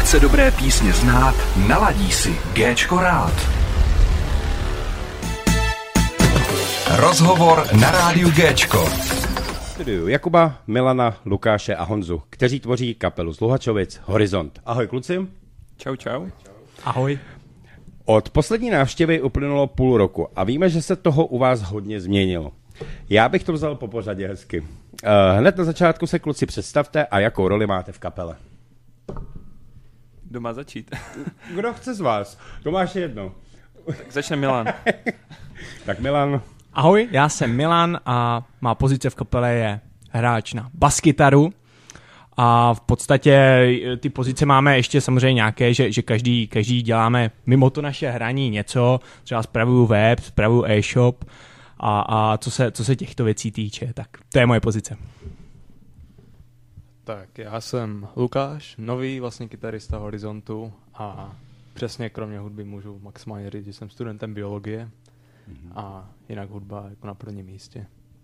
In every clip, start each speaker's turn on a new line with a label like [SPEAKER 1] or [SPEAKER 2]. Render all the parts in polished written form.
[SPEAKER 1] Chce dobré písně znát, naladí si Géčko rád. Rozhovor na rádiu Géčko.
[SPEAKER 2] Jakuba, Milana, Lukáše a Honzu, kteří tvoří kapelu z Luhačovic Horizont. Ahoj kluci.
[SPEAKER 3] Čau, čau.
[SPEAKER 4] Ahoj.
[SPEAKER 2] Od poslední návštěvy uplynulo půl roku a víme, že se toho u vás hodně změnilo. Já bych to vzal po pořadě hezky. Hned na začátku se kluci představte a jakou roli máte v kapele.
[SPEAKER 3] Kdo má začít?
[SPEAKER 2] Kdo chce z vás? To máš jedno.
[SPEAKER 3] Tak začne Milan.
[SPEAKER 2] Tak Milan.
[SPEAKER 4] Ahoj, já jsem Milan a má pozice v kapele je hráč na baskytaru. A v podstatě ty pozice máme ještě samozřejmě nějaké, že každý děláme mimo to naše hraní něco, třeba spravuju web, spravuju e-shop a co se těchto věcí týče, tak to je moje pozice.
[SPEAKER 5] Tak já jsem Lukáš, nový vlastně kytarista Horizontu a přesně kromě hudby můžu maximálně říct, že jsem studentem biologie a jinak hudba jako na prvním místě.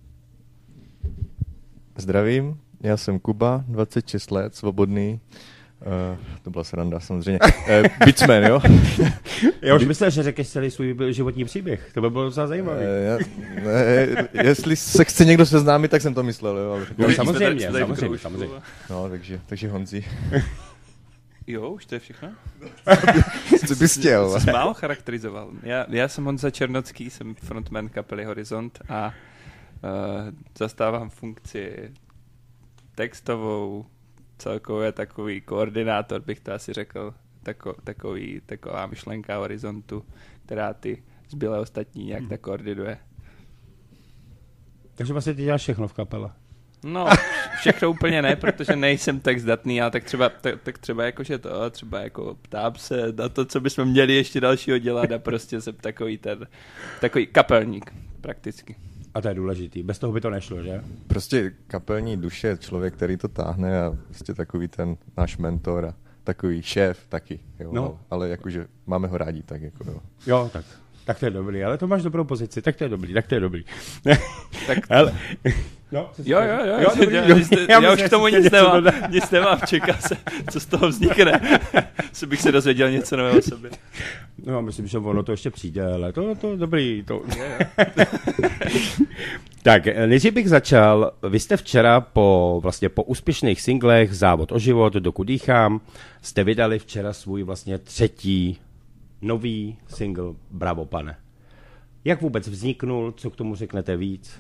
[SPEAKER 6] Zdravím, já jsem Kuba, 26 let, svobodný. To byla sranda, samozřejmě. Bitsman, jo?
[SPEAKER 2] Já už myslel, že řekneš celý svůj životní příběh. To by bylo docela zajímavé.
[SPEAKER 6] Jestli se chce někdo seznámit, tak jsem to myslel, jo? Ale
[SPEAKER 2] No, samozřejmě.
[SPEAKER 6] No, takže Honzi.
[SPEAKER 3] Jo, už to je všechno?
[SPEAKER 6] Co bys chtěl?
[SPEAKER 3] Jsi málo charakterizoval. Já jsem Honza Černocký, jsem frontman kapely Horizont a zastávám funkci textovou, celkově takový koordinátor, bych to asi řekl, taková myšlenka Horizontu, která ty zbylé ostatní nějak tak koordinuje.
[SPEAKER 2] Takže vlastně ty děláš všechno v kapele.
[SPEAKER 3] No, všechno úplně ne, protože nejsem tak zdatný, ale tak třeba jakože to, třeba jako ptám se na to, co bychom měli ještě dalšího dělat a prostě jsem takový kapelník prakticky.
[SPEAKER 2] A to je důležitý, bez toho by to nešlo, že?
[SPEAKER 6] Prostě kapelní duše, člověk, který to táhne a prostě takový ten náš mentor a takový šéf taky, jo. No. Ale jakože máme ho rádi, tak jako jo.
[SPEAKER 2] Jo, tak to je dobrý, ale to máš dobrou pozici, tak to je dobrý.
[SPEAKER 3] Tak
[SPEAKER 2] ale, no,
[SPEAKER 3] jo,
[SPEAKER 2] dobrý.
[SPEAKER 3] Já už k tomu nic nemám, čeká se, co z toho vznikne, co bych se dozvěděl něco nového o sobě.
[SPEAKER 2] No, myslím, že ono to ještě přijde, ale to dobrý. To. Tak, než bych začal, vy jste včera po úspěšných singlech Závod o život, Dokud dýchám, jste vydali včera svůj vlastně třetí nový single Bravo pane. Jak vůbec vzniknul, co k tomu řeknete víc?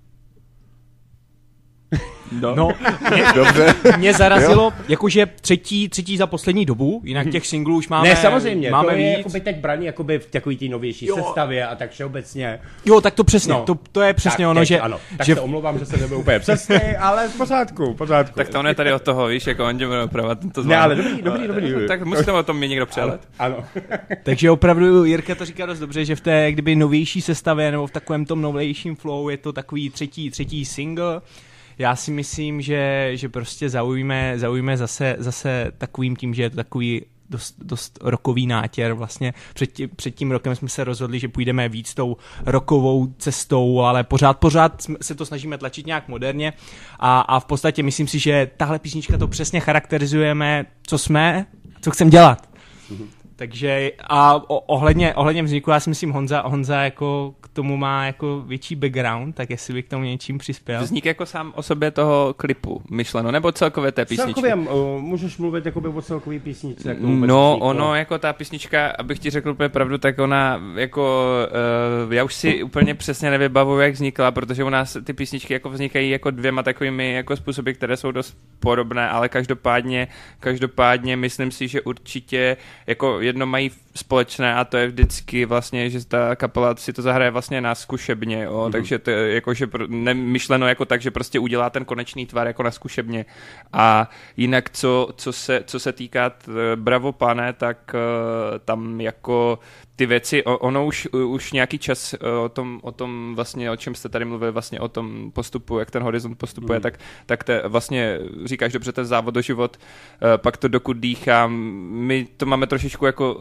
[SPEAKER 4] No, mě zarazilo, jakože třetí za poslední dobu, jinak těch singlů už máme.
[SPEAKER 2] Ne, samozřejmě,
[SPEAKER 4] máme
[SPEAKER 2] to je
[SPEAKER 4] víc.
[SPEAKER 2] jakoby teď braní jakoby v takový té novější sestavě a tak všeobecně.
[SPEAKER 4] Jo, tak to přesně,
[SPEAKER 2] no.
[SPEAKER 4] to je přesně
[SPEAKER 2] tak,
[SPEAKER 4] ono,
[SPEAKER 2] teď,
[SPEAKER 4] že...
[SPEAKER 2] Ano, tak se omlouvám, že se nebyl úplně přesný, ale v pořádku.
[SPEAKER 3] Tak to on je tady od toho, víš, jako on tě bude opravovat.
[SPEAKER 2] Ne, ale dobrý.
[SPEAKER 3] Tak musíme o tom mě někdo přelet.
[SPEAKER 2] Ano.
[SPEAKER 4] Takže opravdu Jirka to říká dost dobře, že v té kdyby novější sestavě nebo v takovém tom novějším flow je to takový třetí single. Já si myslím, že prostě zaujíme zase takovým tím, že je to takový dost rockový nátěr. Vlastně před tím rokem jsme se rozhodli, že půjdeme víc tou rockovou cestou, ale pořád se to snažíme tlačit nějak moderně a v podstatě myslím si, že tahle písnička to přesně charakterizujeme, co chceme dělat. Takže a ohledně vzniku, já si myslím, Honza jako k tomu má jako větší background, tak jestli by k tomu něčím přispěl.
[SPEAKER 3] Vznik jako sám o sobě toho klipu myšleno, nebo celkově té písničky?
[SPEAKER 2] Celkově, můžeš mluvit jakoby o celkový písničce. Jak
[SPEAKER 3] no, ono jako ta písnička, abych ti řekl úplně pravdu, tak ona jako, já už si úplně přesně nevybavuju, jak vznikla, protože u nás ty písničky jako vznikají jako dvěma takovými jako způsoby, které jsou dost podobné, ale každopádně myslím si, že určitě jako jedno mají společné a to je vždycky vlastně, že ta kapela si to zahraje vlastně na zkušebně, jo? Takže to je jakože myšleno jako tak, že prostě udělá ten konečný tvar jako na zkušebně. A jinak, co se týká Bravo pane, tak tam jako ty věci, ono už nějaký čas o tom vlastně, o čem jste tady mluvili, vlastně o tom postupu, jak ten Horizont postupuje, tak vlastně říkáš dobře ten Závod o život, pak to Dokud dýchám, my to máme trošičku jako ze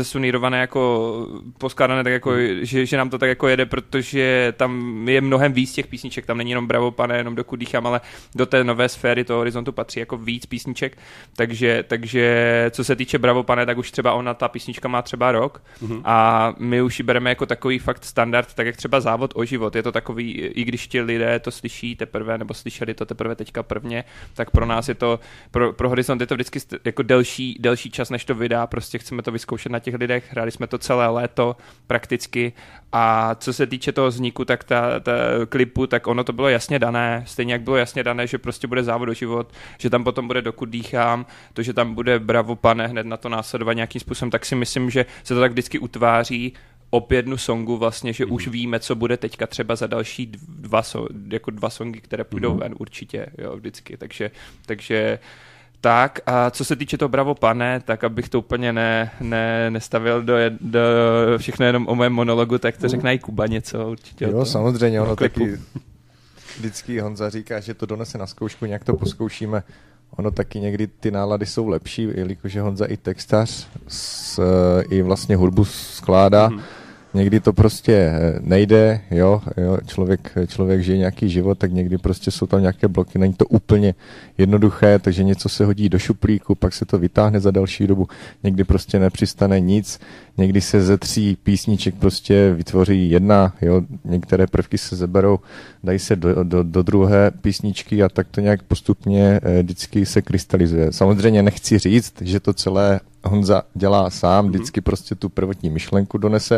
[SPEAKER 3] zesunírované jako poskládané tak jako, že nám to tak jako jede, protože tam je mnohem víc těch písniček, tam není jenom Bravo pane, jenom Dokud dýchám, ale do té nové sféry toho Horizontu patří jako víc písniček, takže co se týče Bravo pane, tak už třeba ta písnička má třeba rok a my už ji bereme jako takový fakt standard, tak jak třeba Závod o život, je to takový, i když ti lidé to slyší teprve, nebo slyšeli to teprve teďka prvně, tak pro nás je to, pro Horizont je to vždycky jako delší čas, než to vydá, prostě chceme to vyzkoušet na těch lidech, hráli jsme to celé léto prakticky a co se týče toho vzniku, tak ta klipu, tak ono to bylo jasně dané, stejně jak bylo jasně dané, že prostě bude Závod o život, že tam potom bude Dokud dýchám, to, že tam bude Bravo pane hned na to následovat nějakým způsobem, tak si myslím, že se to tak vždycky utváří o jednu songu vlastně, že už víme, co bude teďka třeba za další dva songy, které půjdou ven určitě, jo, vždycky, takže tak a co se týče toho Bravo pane, tak abych to úplně nestavil do všechno jenom o mém monologu, tak to řekne i Kuba něco určitě.
[SPEAKER 6] Jo, samozřejmě, ono taky vždycky Honza říká, že to donese na zkoušku, nějak to poskoušíme. Ono taky někdy ty nálady jsou lepší, jelikož je Honza i textař, i vlastně hudbu skládá. Někdy to prostě nejde, jo, člověk žije nějaký život, tak někdy prostě jsou tam nějaké bloky, není to úplně jednoduché, takže něco se hodí do šuplíku, pak se to vytáhne za další dobu, někdy prostě nepřistane nic, někdy se ze 3 písniček prostě vytvoří jedna, jo, některé prvky se zeberou, dají se do druhé písničky a tak to nějak postupně vždycky se krystalizuje. Samozřejmě nechci říct, že to celé Honza dělá sám, vždycky prostě tu prvotní myšlenku donese,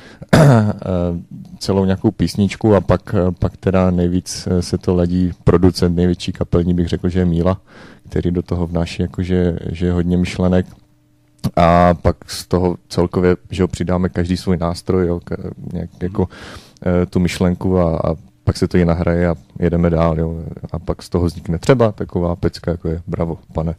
[SPEAKER 6] celou nějakou písničku a pak teda nejvíc se to ladí producent, největší kapelní bych řekl, že je Míla, který do toho vnáší jakože, že je hodně myšlenek a pak z toho celkově, že ho přidáme každý svůj nástroj, jo, nějak jako tu myšlenku a pak se to i nahraje a jedeme dál, jo, a pak z toho vznikne třeba taková pecka, jako je Bravo pane.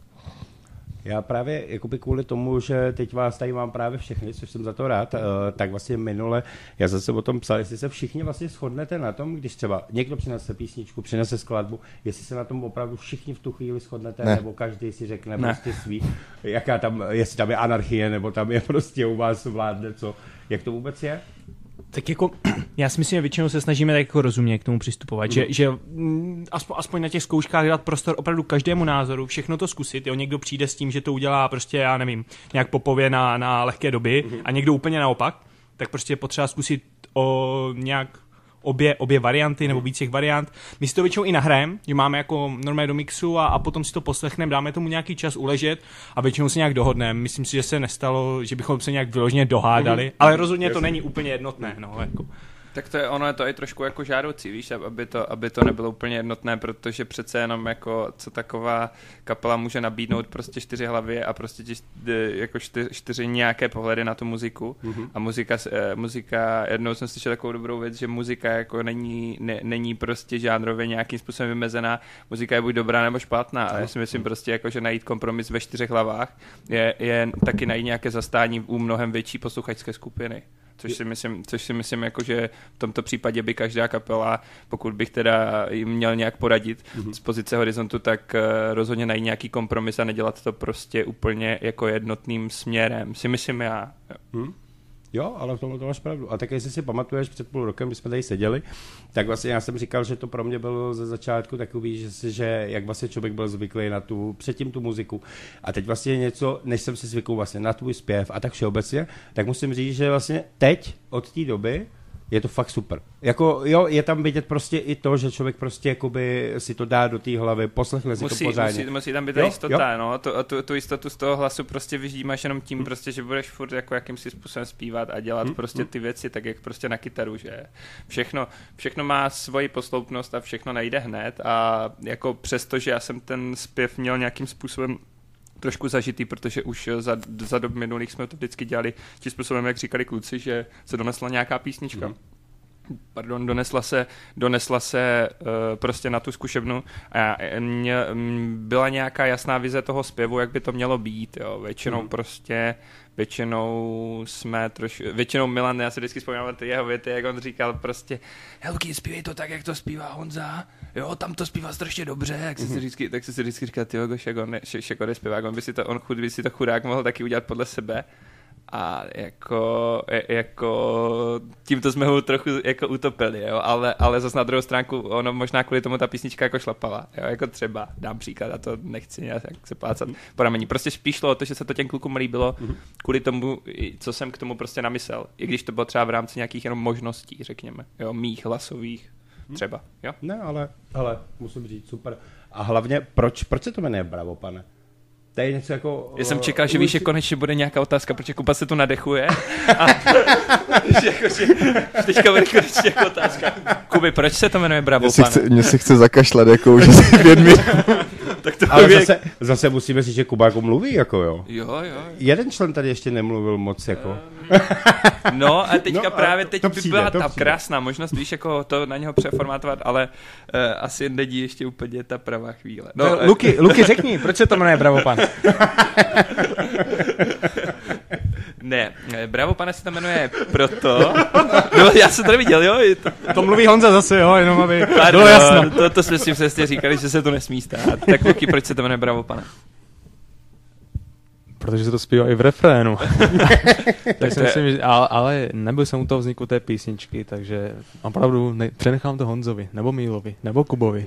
[SPEAKER 2] Já právě jakoby kvůli tomu, že teď vás tady mám právě všechny, což jsem za to rád, tak vlastně minule, já zase o tom psal, jestli se všichni vlastně shodnete na tom, když třeba někdo přinese písničku, přinese skladbu, jestli se na tom opravdu všichni v tu chvíli shodnete, nebo každý si řekne prostě svý, jaká tam, jestli tam je anarchie, nebo tam je prostě u vás vládne co, jak to vůbec je?
[SPEAKER 4] Tak jako, já si myslím, že většinou se snažíme tak jako rozumně k tomu přistupovat, že aspoň na těch zkouškách dát prostor opravdu každému názoru, všechno to zkusit, jo, někdo přijde s tím, že to udělá prostě, já nevím, nějak popově na lehké doby a někdo úplně naopak, tak prostě je potřeba zkusit nějak obě varianty nebo víc těch variant. My si to většinou i nahrajeme, že máme jako normálně do mixu a potom si to poslechneme, dáme tomu nějaký čas uležet a většinou se nějak dohodneme. Myslím si, že se nestalo, že bychom se nějak vyloženě dohádali, ale rozhodně to není úplně jednotné. No, jako.
[SPEAKER 3] Tak ono je to i trošku jako žádoucí, víš, aby to nebylo úplně jednotné, protože přece jenom jako co taková kapela může nabídnout prostě 4 hlavy a prostě jako 4 nějaké pohledy na tu muziku. A muzika, jednou jsem slyšel takovou dobrou věc, že muzika jako není prostě žánrově nějakým způsobem vymezená, muzika je buď dobrá nebo špatná, ale já si myslím prostě jako, že najít kompromis ve 4 hlavách je taky najít nějaké zastání u mnohem větší posluchačské skupiny. Což si myslím, jako, že v tomto případě by každá kapela, pokud bych teda jim měl nějak poradit z pozice Horizontu, tak rozhodně najít nějaký kompromis a nedělat to prostě úplně jako jednotným směrem. Si myslím já.
[SPEAKER 2] Jo, ale v tomhle to máš pravdu. A tak jestli si pamatuješ, před půl rokem, když jsme tady seděli, tak vlastně já jsem říkal, že to pro mě bylo ze začátku takový, že jak vlastně člověk byl zvyklý na předtím tu muziku. A teď vlastně něco, než jsem si zvykl vlastně na tvůj zpěv a tak všeobecně, tak musím říct, že vlastně teď od té doby je to fakt super. Jako jo, je tam vidět prostě i to, že člověk prostě jakoby si to dá do té hlavy, poslechne si to pořádně.
[SPEAKER 3] Musí tam být ta jistota, no. Tu jistotu z toho hlasu prostě vyždímáš jenom tím prostě, že budeš furt jako jakýmsi způsobem zpívat a dělat prostě ty věci tak, jak prostě na kytaru, že všechno má svoji posloupnost a všechno nejde hned a jako přesto, že já jsem ten zpěv měl nějakým způsobem trošku zažitý, protože už za dob minulých jsme to vždycky dělali tím způsobem, jak říkali kluci, že se donesla nějaká písnička. Pardon, donesla se prostě na tu zkušebnu a byla nějaká jasná vize toho zpěvu, jak by to mělo být, jo. Většinou Milan, já se vždycky vzpomínám ty jeho věty, jak on říkal prostě, Helky, zpívej to tak, jak to zpívá Honza, jo, tam to zpívá strašně dobře, tak si vždycky říkal, tyjo, Šekor je zpěvák, on by si to chudák mohl taky udělat podle sebe. a jako tímto jsme ho trochu jako utopili, jo, ale zase na druhou stránku ono možná kvůli tomu ta písnička jako šlapala, jo, jako třeba, dám příklad a to nechci nějak se plácat po rameni. Prostě spíš šlo o to, že se to těm klukům líbilo kvůli tomu, co jsem k tomu prostě namyslel, i když to bylo třeba v rámci nějakých jenom možností, řekněme, jo, mých hlasových třeba, jo.
[SPEAKER 2] Ne, ale musím říct, super. A hlavně, proč se to jmenuje Bravo, pane? To je něco jako...
[SPEAKER 3] Já jsem čekal, že víš, že konečně bude nějaká otázka, protože Kuba se tu nadechuje. A že teďka bude konečně jako otázka. Kuby, proč se to jmenuje Bravo, pane?
[SPEAKER 6] Mně se chce zakašlat, jako už asi 5 minut.
[SPEAKER 2] Tak to ale zase musíme říct, že Kuba jako mluví, jako jo.
[SPEAKER 3] Jo.
[SPEAKER 2] Jeden člen tady ještě nemluvil moc, jako...
[SPEAKER 3] No a teďka
[SPEAKER 2] no,
[SPEAKER 3] právě teď by byla ta
[SPEAKER 2] přijde.
[SPEAKER 3] krásná možnost, víš, jako to na něho přeformátovat, ale asi nedí ještě úplně ta pravá chvíle.
[SPEAKER 4] No, Luky, řekni, proč se to jmenuje Bravo, pane?
[SPEAKER 3] Ne, Bravo, pane, se to jmenuje proto... No, já jsem to neviděl, jo?
[SPEAKER 4] To mluví Honza zase, jo, jenom aby
[SPEAKER 3] Pardon,
[SPEAKER 4] bylo jasno.
[SPEAKER 3] To jsme si přesně říkali, že se to nesmí stát. Tak Luky, proč se to jmenuje Bravo, pane?
[SPEAKER 5] Protože se to zpívá i v refrénu. Tak si myslím, že, ale nebyl jsem u toho vzniku té písničky, takže opravdu přenechám to Honzovi, nebo Mílovi, nebo Kubovi.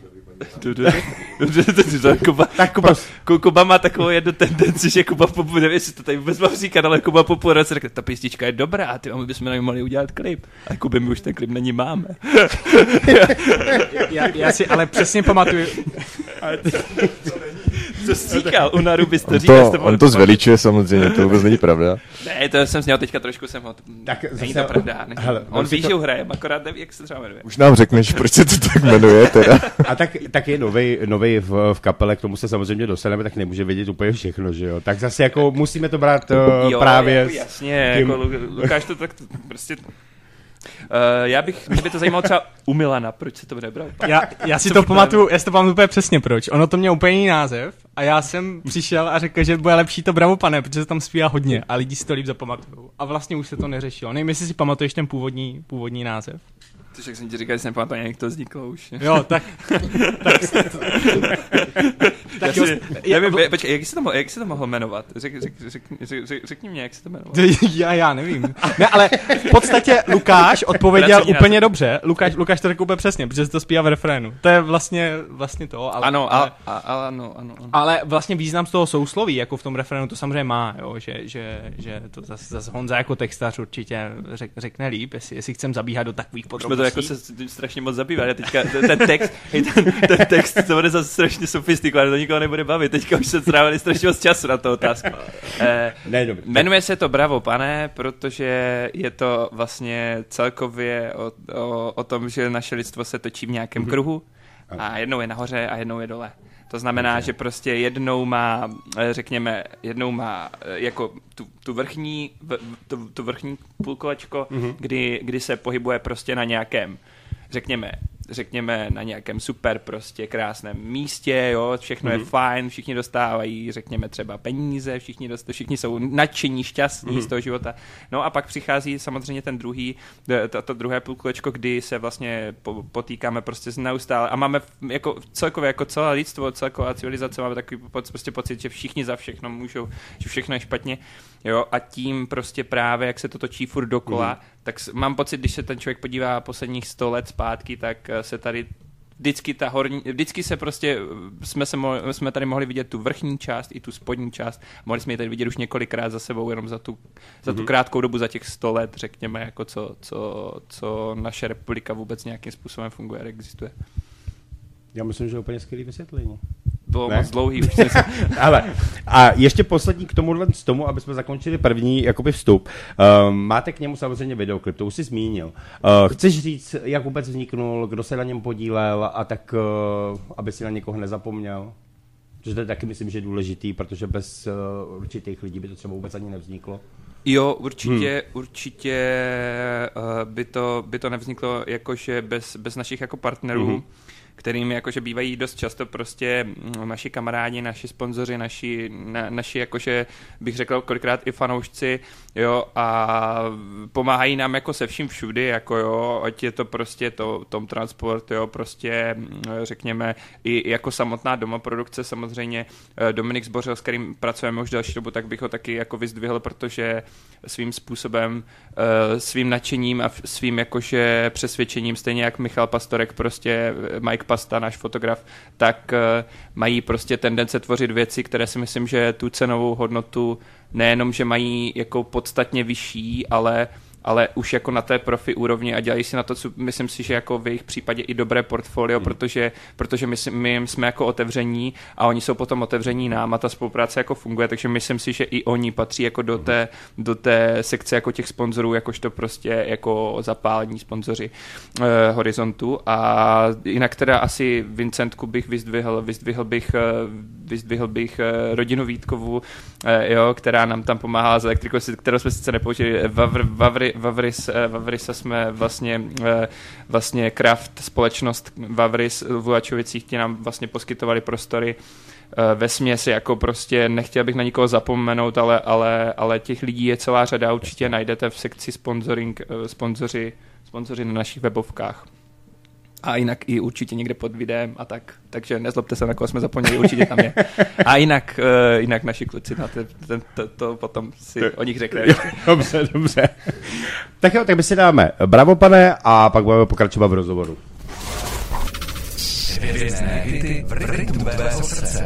[SPEAKER 3] Kuba má takovou jednu tendenci, že Kuba Popu, nevím, jestli to tady vůbec mám říkat, ale Kuba Popu roce řekne, ta písnička je dobrá, ty my bychom na ní mohli udělat klip. A Kuby, my už ten klip na ní máme.
[SPEAKER 4] Já si ale přesně pamatuju.
[SPEAKER 3] Co jsi říkal? U Naruby jsi to
[SPEAKER 6] říkal. On to zveličuje samozřejmě, to vůbec není pravda.
[SPEAKER 3] Ne, to jsem sněl teďka trošku, jsem ho...
[SPEAKER 2] Tak
[SPEAKER 3] není to pravda. On ví, že hraje, akorát neví, jak se třeba jmenuje.
[SPEAKER 6] Už nám řekneš, proč se to tak jmenuje teda.
[SPEAKER 2] A tak je novej v kapele, k tomu se samozřejmě dostaneme, tak nemůže vědět úplně všechno, že jo. Tak zase jako musíme to brát právě...
[SPEAKER 3] Jo, jasně, jako Lukáš to tak prostě... Mě by to zajímalo třeba u Milana, proč se to nebral.
[SPEAKER 4] Já si to pamatuju úplně přesně proč. Ono to mělo úplně jiný název a já jsem přišel a řekl, že bude lepší to Bravo, pane, protože se tam zpívá hodně a lidi si to líp zapamatujou. A vlastně už se to neřešilo. Nevím, jestli si pamatuješ ten původní název.
[SPEAKER 3] Což jak jsem ti říkal, že jsem pamatoval, jak to vzniklo už.
[SPEAKER 4] Jo, tak
[SPEAKER 3] Počkej, jak se to mohlo jmenovat? Řekni mě, jak se to jmenovalo.
[SPEAKER 4] Já nevím. Ne, ale v podstatě Lukáš odpověděl úplně dobře. Lukáš to řekl úplně přesně, protože se to zpívá v refrénu. To je vlastně to. Ale,
[SPEAKER 3] ano.
[SPEAKER 4] Ale vlastně význam z toho sousloví, jako v tom refrénu, to samozřejmě má, jo, že to zase Honza jako textař určitě řekne líp, jestli chcem zabíhat do takových podrobností.
[SPEAKER 3] To jako se strašně moc zabývá. Já teďka ten text to bude zase strašně sofistikovaný, to nikoho nebude bavit. Teďka už se strávili strašně moc času na to otázku. Jmenuje se to Bravo, pane, protože je to vlastně celkově o tom, že naše lidstvo se točí v nějakém kruhu a jednou je nahoře a jednou je dole. To znamená, že prostě jednou má jako tu vrchní půlkolečko, kdy se pohybuje prostě na nějakém, řekněme na nějakém super prostě krásném místě, jo, všechno je fajn, všichni dostávají, řekněme třeba peníze, všichni jsou nadšení, šťastní z toho života. No a pak přichází samozřejmě ten druhý, to druhé půlkolečko, kdy se vlastně potýkáme prostě neustále a máme jako celkově jako celé lidstvo, celková civilizace máme takový prostě pocit, že všichni za všechno můžou, že všechno je špatně, jo, a tím prostě právě, jak se to točí furt dokola, tak mám pocit, když se ten člověk podívá posledních 100 let zpátky, tak se tady vždycky se prostě jsme tady mohli vidět tu vrchní část i tu spodní část. Mohli jsme ji tady vidět už několikrát za sebou jenom za tu krátkou dobu, za těch 100 let, řekněme, jako co naše republika vůbec nějakým způsobem funguje a existuje.
[SPEAKER 2] Já myslím, že je úplně skvělý vysvětlení.
[SPEAKER 3] Bylo moc dlouhý.
[SPEAKER 2] Ale a ještě poslední k tomu, aby jsme zakončili první jakoby vstup. Máte k němu samozřejmě videoklip, to už jsi zmínil. Chceš říct, jak vůbec vzniknul, kdo se na něm podílel a tak, aby si na někoho nezapomněl? Protože to je taky myslím, že je důležitý, protože bez určitých lidí by to třeba vůbec ani nevzniklo.
[SPEAKER 3] Jo, určitě by to nevzniklo jakože bez našich jako partnerů. kterými jakože bývají dost často prostě naši kamarádi, naši sponzoři, naši jakože bych řekl kolikrát i fanoušci, jo, a pomáhají nám jako se vším všudy, jako jo, ať je to prostě Tom Transport, jo, prostě řekněme i jako samotná domoprodukce, samozřejmě Dominik Zbořil, s kterým pracujeme už další dobu, tak bych ho taky jako vyzdvihl, protože svým způsobem, svým nadšením a svým jakože přesvědčením, stejně jak Michal Pastorek, prostě Mike Pasta, náš fotograf, tak mají prostě tendence tvořit věci, které si myslím, že tu cenovou hodnotu nejenom, že mají jako podstatně vyšší, ale už jako na té profi úrovni a dělají si na to, co myslím si, že jako v jejich případě i dobré portfolio, protože my jim jsme jako otevření a oni jsou potom otevření nám a ta spolupráce jako funguje, takže myslím si, že i oni patří jako do té sekce jako těch sponzorů, jakožto prostě jako zapálení sponzoři Horizontu. A jinak teda asi Vincentku bych vyzdvihl bych rodinu Vítkovu, jo, která nám tam pomáhala s elektrikou, kterou jsme sice nepoužili, Vavrisa jsme vlastně Kraft, společnost Vavris v Luhačovicích, ti nám vlastně poskytovali prostory ve směsi, jako prostě nechtěl bych na nikoho zapomenout, ale těch lidí je celá řada, určitě najdete v sekci sponzoři na našich webovkách. A jinak i určitě někde pod videem a tak. Takže nezlobte se, na koho jsme zapomněli, určitě tam je. A jinak naši kluci, to potom si o nich řekne.
[SPEAKER 2] Dobře. Tak jo, tak my si dáme bravo, pane, a pak budeme pokračovat v rozhovoru.
[SPEAKER 1] Hvězdné hity v rytmu tvého srdce.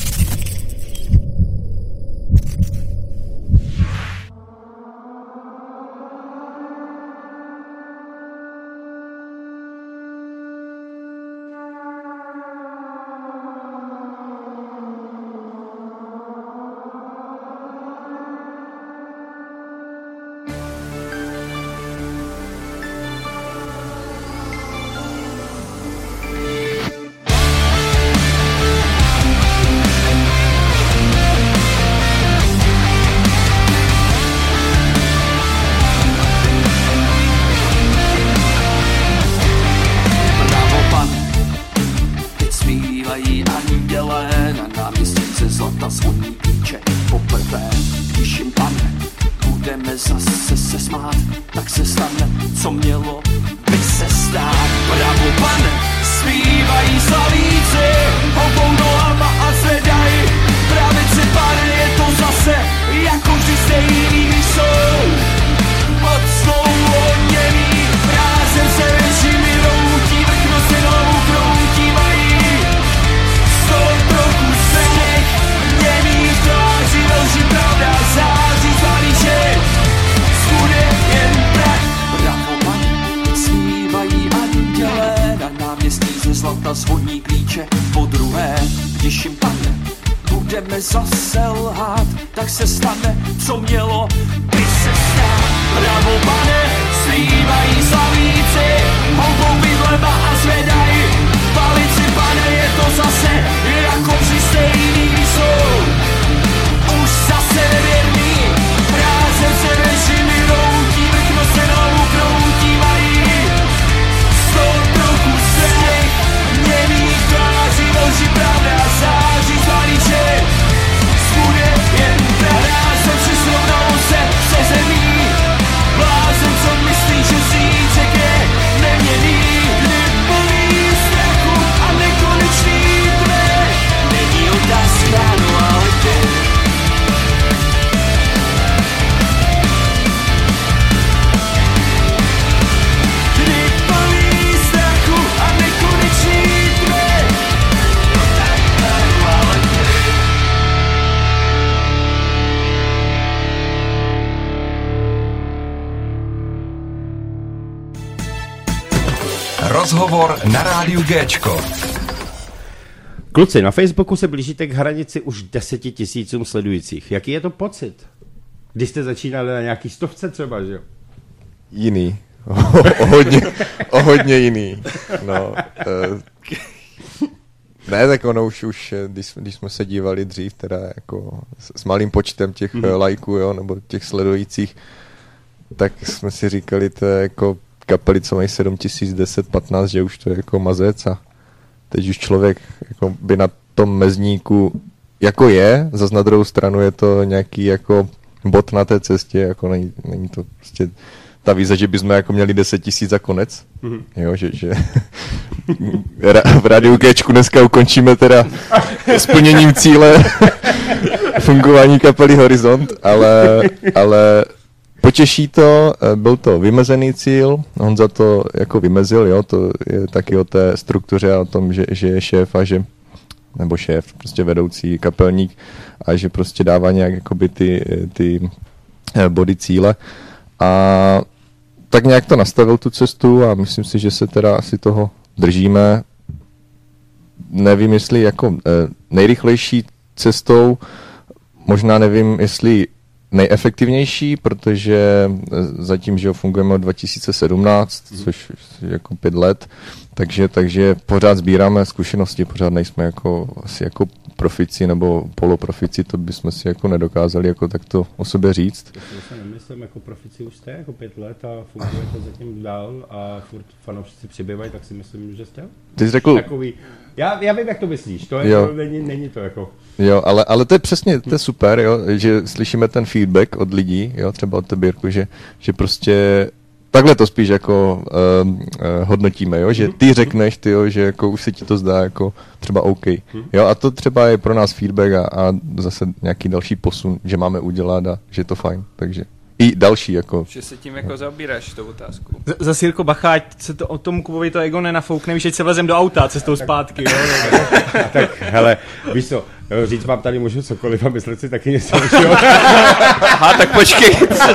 [SPEAKER 1] Rozhovor na rádiu Géčko.
[SPEAKER 2] Kluci, na Facebooku se blížíte k hranici už 10 000 sledujících. Jaký je to pocit? Když jste začínali na nějaký 100 třeba, že jo?
[SPEAKER 6] Jiný. O hodně jiný. No, ne, tak ono už když jsme se dívali dřív, teda jako s malým počtem těch lajků, jo, nebo těch sledujících, tak jsme si říkali, to je jako kapely, co mají 7 000, 10, 15, že už to je jako mazec a teď už člověk jako by na tom mezníku jako je, zas na druhou stranu je to nějaký jako bod na té cestě, jako není to prostě ta vize, že bychom jako měli 10 000 za konec, jo, že v rádiu Gčku dneska ukončíme teda splněním cíle fungování kapely Horizont, ale potěší to, byl to vymezený cíl, Honza to jako vymezil, jo, to je taky o té struktuře a o tom, že je šéf a že nebo šéf, prostě vedoucí kapelník a že prostě dává nějak jakoby ty body cíle a tak nějak to nastavil tu cestu a myslím si, že se teda asi toho držíme. Nevím, jestli jako nejrychlejší cestou, možná nevím, jestli nejefektivnější, protože zatím, že fungujeme od 2017, což je jako 5 let, takže pořád sbíráme zkušenosti, pořád nejsme jako asi jako profici nebo poloprofici, to bychom si jako nedokázali jako takto o sobě říct.
[SPEAKER 2] Já se nemyslím, jako profici už jste jako 5 let a fungujete zatím dál a furt fanoušci přibývají, tak si myslím, že jste
[SPEAKER 6] Ty jsi řekl...
[SPEAKER 2] takový... Já vím, jak to myslíš, to je, to není to jako...
[SPEAKER 6] Jo, ale to je přesně, to je super, jo, že slyšíme ten feedback od lidí, jo, třeba od tebe, Jirko, že prostě takhle to spíš jako hodnotíme, jo, že ty řekneš, tyjo, že jako už se ti to zdá jako třeba OK. Jo, a to třeba je pro nás feedback a zase nějaký další posun, že máme udělat a že je to fajn, takže i další jako.
[SPEAKER 3] Že se tím jako zaobíráš tou otázku.
[SPEAKER 4] Zase Jirko Bacha, ať se to o tom Kubovi to ego nenafoukne, víš, ať se vlezem do auta cestou zpátky, jo.
[SPEAKER 2] Tak, hele, víš co, říct vám tady můžu cokoliv a myslet si taky něco, jo.
[SPEAKER 3] Aha, tak počkej.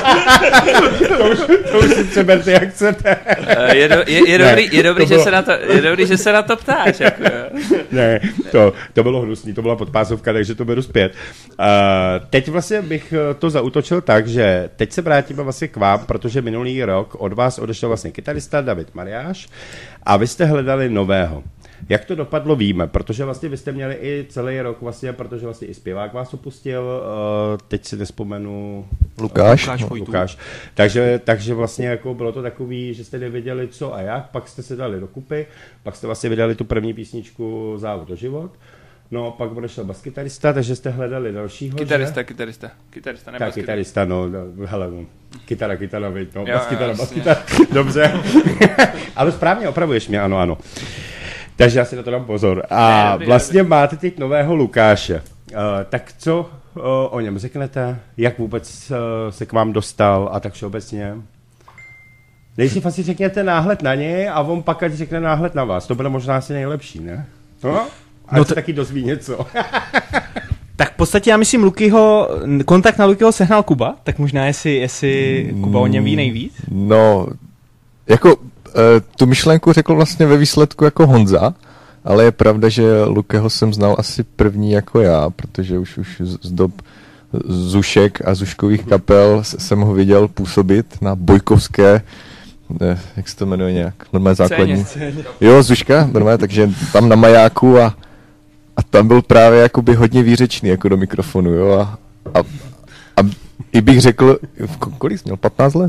[SPEAKER 2] to už si přeberte, jak chcete.
[SPEAKER 3] Je dobrý, že se na to ptáš. Jako.
[SPEAKER 2] Ne, to bylo hnusný, to byla podpásovka, takže to beru zpět. Teď vlastně bych to zaútočil tak, že teď se vrátíme vlastně k vám, protože minulý rok od vás odešel vlastně kytarista David Mariáš a vy jste hledali nového. Jak to dopadlo, víme, protože vlastně vy jste měli i celý rok vlastně, protože vlastně i zpěvák vás opustil, teď si nespomenu... Lukáš. Takže vlastně jako bylo to takový, že jste nevěděli co a jak, pak jste se dali dokupy, pak jste vlastně vydali tu první písničku Závod o život, no pak odešel baskytarista, takže jste hledali dalšího,
[SPEAKER 3] Kytarista, ne
[SPEAKER 2] tak, kytarista, no, hele, kytara, viď, no,
[SPEAKER 3] jo,
[SPEAKER 2] baskytara, dobře, ale správně opravuješ mě, ano. Takže já si na to dám pozor. A dobrý, vlastně máte teď nového Lukáše. Tak co o něm řeknete? Jak vůbec se k vám dostal a tak všeobecně? Nejdřív asi řekněte náhled na něj a on pak ať řekne náhled na vás. To bude možná asi nejlepší, ne? No? A se taky dozví něco.
[SPEAKER 4] Tak v podstatě já myslím kontakt na Lukyho sehnal Kuba, tak možná jestli Kuba o něm ví nejvíc?
[SPEAKER 6] No, jako... tu myšlenku řekl vlastně ve výsledku jako Honza, ale je pravda, že Lukeho jsem znal asi první jako já, protože už z dob Zušek a Zuškových kapel jsem ho viděl působit na Bojkovské, jak se to jmenuje nějak, normálně základní. Jo, Zuška, normálně, takže tam na majáku a tam byl právě jakoby hodně výřečný jako do mikrofonu, jo, a i bych řekl, kolik jsi měl, 15 let?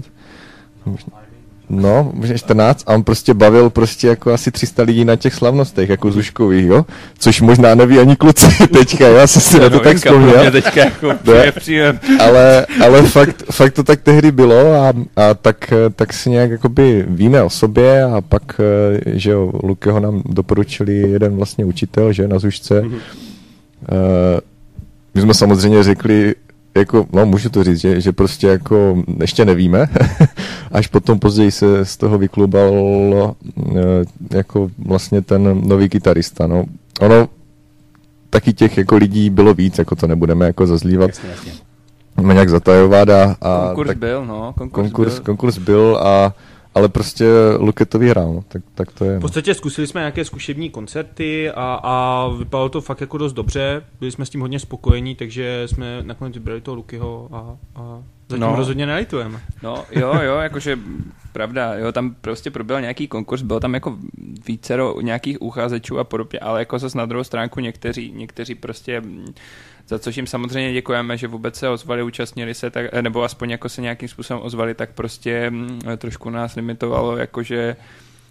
[SPEAKER 6] No, možná 14 a on prostě bavil prostě jako asi 300 lidí na těch slavnostech, jako Zuškových, jo? Což možná neví ani kluci teďka, já jsem si na to tak vzpomněl.
[SPEAKER 3] Teďka jako příjem.
[SPEAKER 6] Ale fakt to tak tehdy bylo a tak si nějak jakoby víme o sobě a pak, že jo, Lukeho nám doporučili jeden vlastně učitel, že na Zušce. My jsme samozřejmě řekli, jako, no můžu to říct, že prostě jako ještě nevíme, až potom později se z toho vyklubal jako vlastně ten nový kytarista, no. Ono taky těch jako lidí bylo víc, jako to nebudeme jako zazlívat. Jasně. Nějak zatajovat a konkurs byl ale prostě Luke to vyhrál, no. tak to je.
[SPEAKER 4] V podstatě zkusili jsme nějaké zkušební koncerty a vypadalo to fakt jako dost dobře, byli jsme s tím hodně spokojení, takže jsme nakonec vybrali toho Lukyho a zatím rozhodně nelitujeme.
[SPEAKER 3] No jo, jakože pravda, jo, tam prostě proběhl nějaký konkurs, bylo tam jako vícero nějakých uchazečů a podobně, ale jako zase na druhou stránku někteří prostě, za což jim samozřejmě děkujeme, že vůbec se ozvali, účastnili se, tak, nebo aspoň jako se nějakým způsobem ozvali, tak prostě trošku nás limitovalo, jakože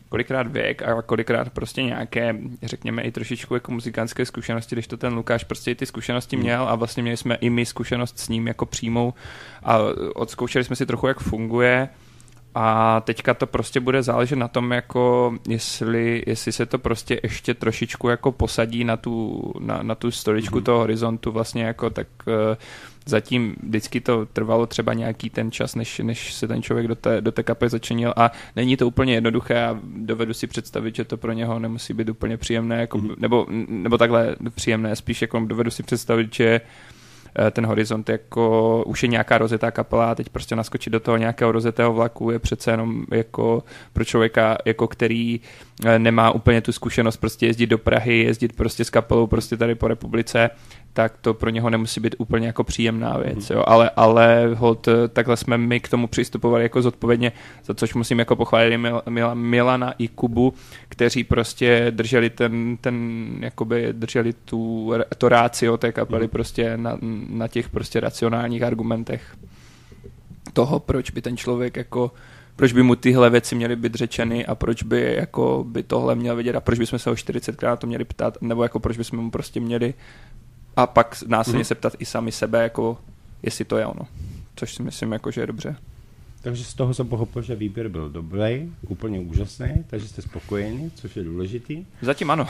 [SPEAKER 3] kolikrát věk a kolikrát prostě nějaké, řekněme, i trošičku jako muzikantské zkušenosti, když to ten Lukáš prostě ty zkušenosti měl a vlastně měli jsme i my zkušenost s ním jako přímou a odzkoušeli jsme si trochu, jak funguje. A teďka to prostě bude záležet na tom, jako jestli se to prostě ještě trošičku jako posadí na tu stoličku toho horizontu vlastně jako tak zatím vždycky to trvalo třeba nějaký ten čas, než se ten člověk do té kapely začlenil a není to úplně jednoduché a dovedu si představit, že to pro něho nemusí být úplně příjemné, jako, nebo takhle příjemné, spíš jako dovedu si představit, že ten horizont jako už je nějaká rozjetá kapela a teď prostě naskočit do toho nějakého rozjetého vlaku je přece jenom jako pro člověka, jako který nemá úplně tu zkušenost prostě jezdit do Prahy, jezdit prostě s kapelou prostě tady po republice, tak to pro něho nemusí být úplně jako příjemná věc, jo. Ale hold, takhle jsme my k tomu přistupovali jako zodpovědně, za což musím jako pochválit Milana i Kubu, kteří prostě drželi drželi to rácio té kapely prostě na těch prostě racionálních argumentech toho, proč by ten člověk jako proč by mu tyhle věci měly být řečeny a proč by jako by tohle měl vidět a proč bychom se ho 40krát na to měli ptát, nebo jako proč bychom mu prostě měli a pak následně se ptat i sami sebe, jako jestli to je ono. Což si myslím, jako, že je dobře.
[SPEAKER 2] Takže z toho jsem pochopil, že výběr byl dobrý, úplně úžasný, takže jste spokojeni, což je důležitý.
[SPEAKER 3] Zatím ano.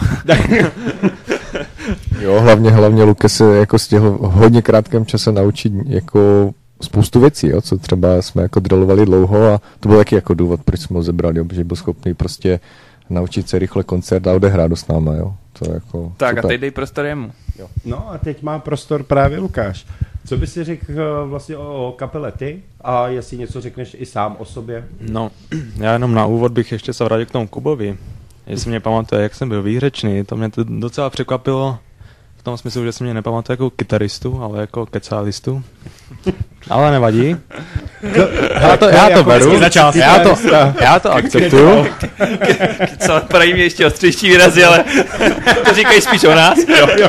[SPEAKER 6] Jo, hlavně Luke se jako stihl v hodně krátkém čase naučit jako spoustu věcí, jo, co třeba jsme jako drillovali dlouho a to byl taky jako důvod, proč jsme ho zebrali, jo, protože byl schopný prostě naučit se rychle koncert a odehrát s náma, jo. To jako
[SPEAKER 3] tak
[SPEAKER 6] super.
[SPEAKER 3] A teď dej prostor jemu.
[SPEAKER 2] Jo. No a teď má prostor právě Lukáš. Co by si řekl vlastně o kapele ty a jestli něco řekneš i sám o sobě?
[SPEAKER 5] No, já jenom na úvod bych ještě se vrátil k tomu Kubovi. Jestli mě pamatuje, jak jsem byl výřečný, to mě to docela překvapilo. V tom smyslu, že se mě nepamatuje jako kytaristu, ale jako kecálistu. Ale nevadí. Já to beru. Já to akceptuju.
[SPEAKER 3] Co, padají mě ještě ostřejší výrazy, ale to říkají spíš o nás. Jo.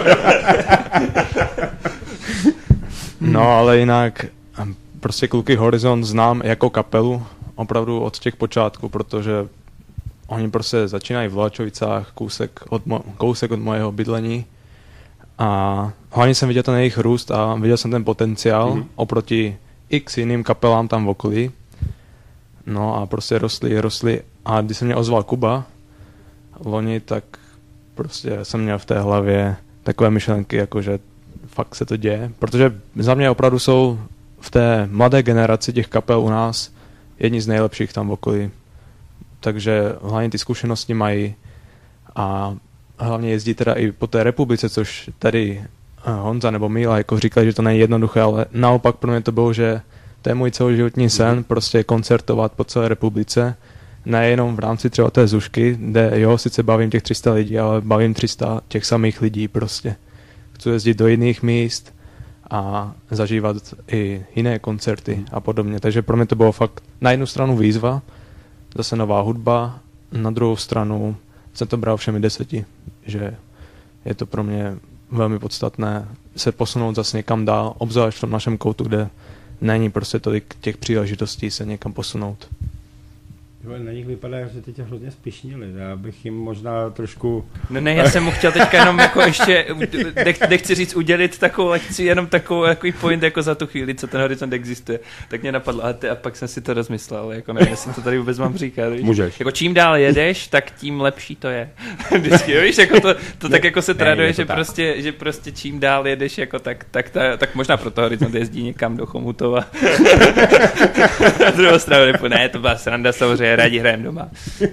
[SPEAKER 5] No, ale jinak prostě kluky Horizont znám jako kapelu opravdu od těch počátků, protože oni prostě začínají v Vlačovicách, kousek od mojeho bydlení a hlavně jsem viděl ten jejich růst a viděl jsem ten potenciál oproti x jiným kapelám tam v okolí. No a prostě rostli a když se mě ozval Kuba loni, tak prostě jsem měl v té hlavě takové myšlenky, jako že fakt se to děje, protože za mě opravdu jsou v té mladé generaci těch kapel u nás jedni z nejlepších tam v okolí. Takže hlavně ty zkušenosti mají a hlavně jezdí teda i po té republice, což tady Honza nebo Míla jako říkali, že to není jednoduché, ale naopak pro mě to bylo, že to je můj celoživotní sen, prostě koncertovat po celé republice, nejenom v rámci třeba té Zušky, kde jo, sice bavím těch 300 lidí, ale bavím 300 těch samých lidí prostě. Chci jezdit do jiných míst a zažívat i jiné koncerty a podobně. Takže pro mě to bylo fakt na jednu stranu výzva, zase nová hudba, na druhou stranu jsem to bral všemi 10, že je to pro mě velmi podstatné se posunout zase někam dál, obzvlášť v tom našem koutu, kde není prostě tolik těch příležitostí se někam posunout.
[SPEAKER 2] Na nich vypadá, že teď hrozně spišnili, já bych jim možná trošku...
[SPEAKER 3] Ne, já jsem mu chtěl teďka jenom jako ještě, nechci říct udělit takovou lekci, jenom takový point jako za tu chvíli, co ten horizont existuje. Tak mě napadlo, a pak jsem si to rozmyslel, jako nevím, jestli to tady vůbec mám říkat. Víš?
[SPEAKER 2] Můžeš.
[SPEAKER 3] Jako čím dál jedeš, tak tím lepší to je. Vždycky, víš, jako to tak jako se traduje, že prostě čím dál jedeš, jako tak možná pro to horizont jezdí někam do Chomutova. Na druhou stranu, ne, to byla sranda samozřejmě. Rádi hrajem doma.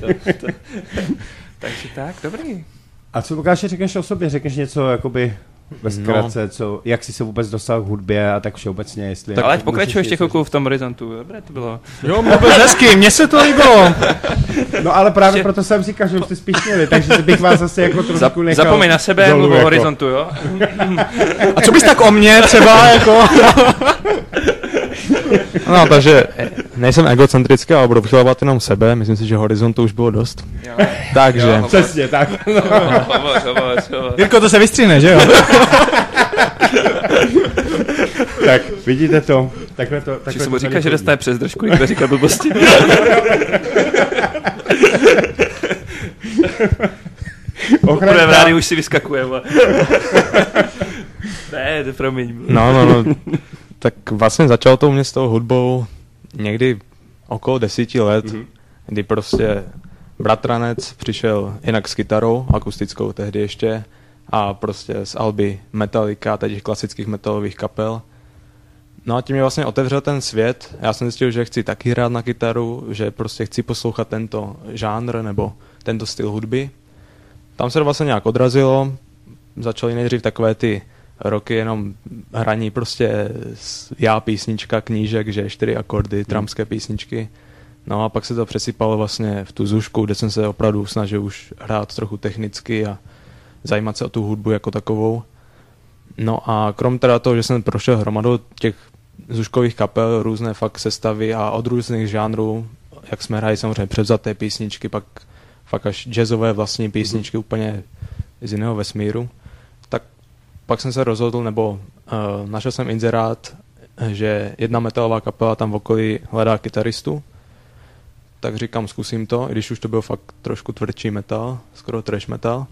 [SPEAKER 3] Takže tak, dobrý.
[SPEAKER 2] A co Lukáši řekneš o sobě? Řekneš něco jakoby ve zkratce, jak jsi se vůbec dostal k hudbě a tak všeobecně, jestli...
[SPEAKER 3] Tak ale pokračuj ještě chvilku v tom horizontu. Dobré to bylo.
[SPEAKER 4] Jo, vůbec hezky, mně se to líbilo.
[SPEAKER 2] No ale právě proto jsem říkal, že už jste spíš měli, takže bych vás zase jako trošku nechal...
[SPEAKER 3] Zapomeň na sebe, mluv o horizontu, jo?
[SPEAKER 4] A co bys tak o mně třeba, jako...
[SPEAKER 5] No, takže nejsem egocentrický, ale budu vychvalovat jenom sebe. Myslím si, že horizontu už bylo dost.
[SPEAKER 3] Jo.
[SPEAKER 5] Takže...
[SPEAKER 3] Jo,
[SPEAKER 2] přesně, tak.
[SPEAKER 3] Hovor.
[SPEAKER 4] Jirko, to se vystřihne, že jo?
[SPEAKER 2] Tak, vidíte to. Takhle
[SPEAKER 3] Či mu říká, že dostane přes držku, když říká blbosti. Poprvé v rádiu už si vyskakuje. Ne, to promiň.
[SPEAKER 5] No. Tak vlastně začalo to u mě s tou hudbou někdy okolo 10 let, kdy prostě bratranec přišel jinak s kytarou, akustickou tehdy ještě, a prostě z alby Metallica, těch klasických metalových kapel. No a tím mě vlastně otevřel ten svět. Já jsem zjistil, že chci taky hrát na kytaru, že prostě chci poslouchat tento žánr nebo tento styl hudby. Tam se to vlastně nějak odrazilo. Začaly nejdřív takové ty roky jenom hraní prostě já písnička, knížek, že 4 akordy, tramské písničky. No a pak se to přesypalo vlastně v tu zušku, kde jsem se opravdu snažil už hrát trochu technicky a zajímat se o tu hudbu jako takovou. No a krom teda toho, že jsem prošel hromadou těch zuškových kapel, různé fakt sestavy a od různých žánrů, jak jsme hráli samozřejmě převzaté písničky, pak fakt až jazzové vlastní písničky úplně z jiného vesmíru, tak pak jsem se rozhodl, nebo našel jsem inzerát, že jedna metalová kapela tam v okolí hledá kytaristu, tak říkám, zkusím to, i když už to byl fakt trošku tvrdší metal, skoro trash metal.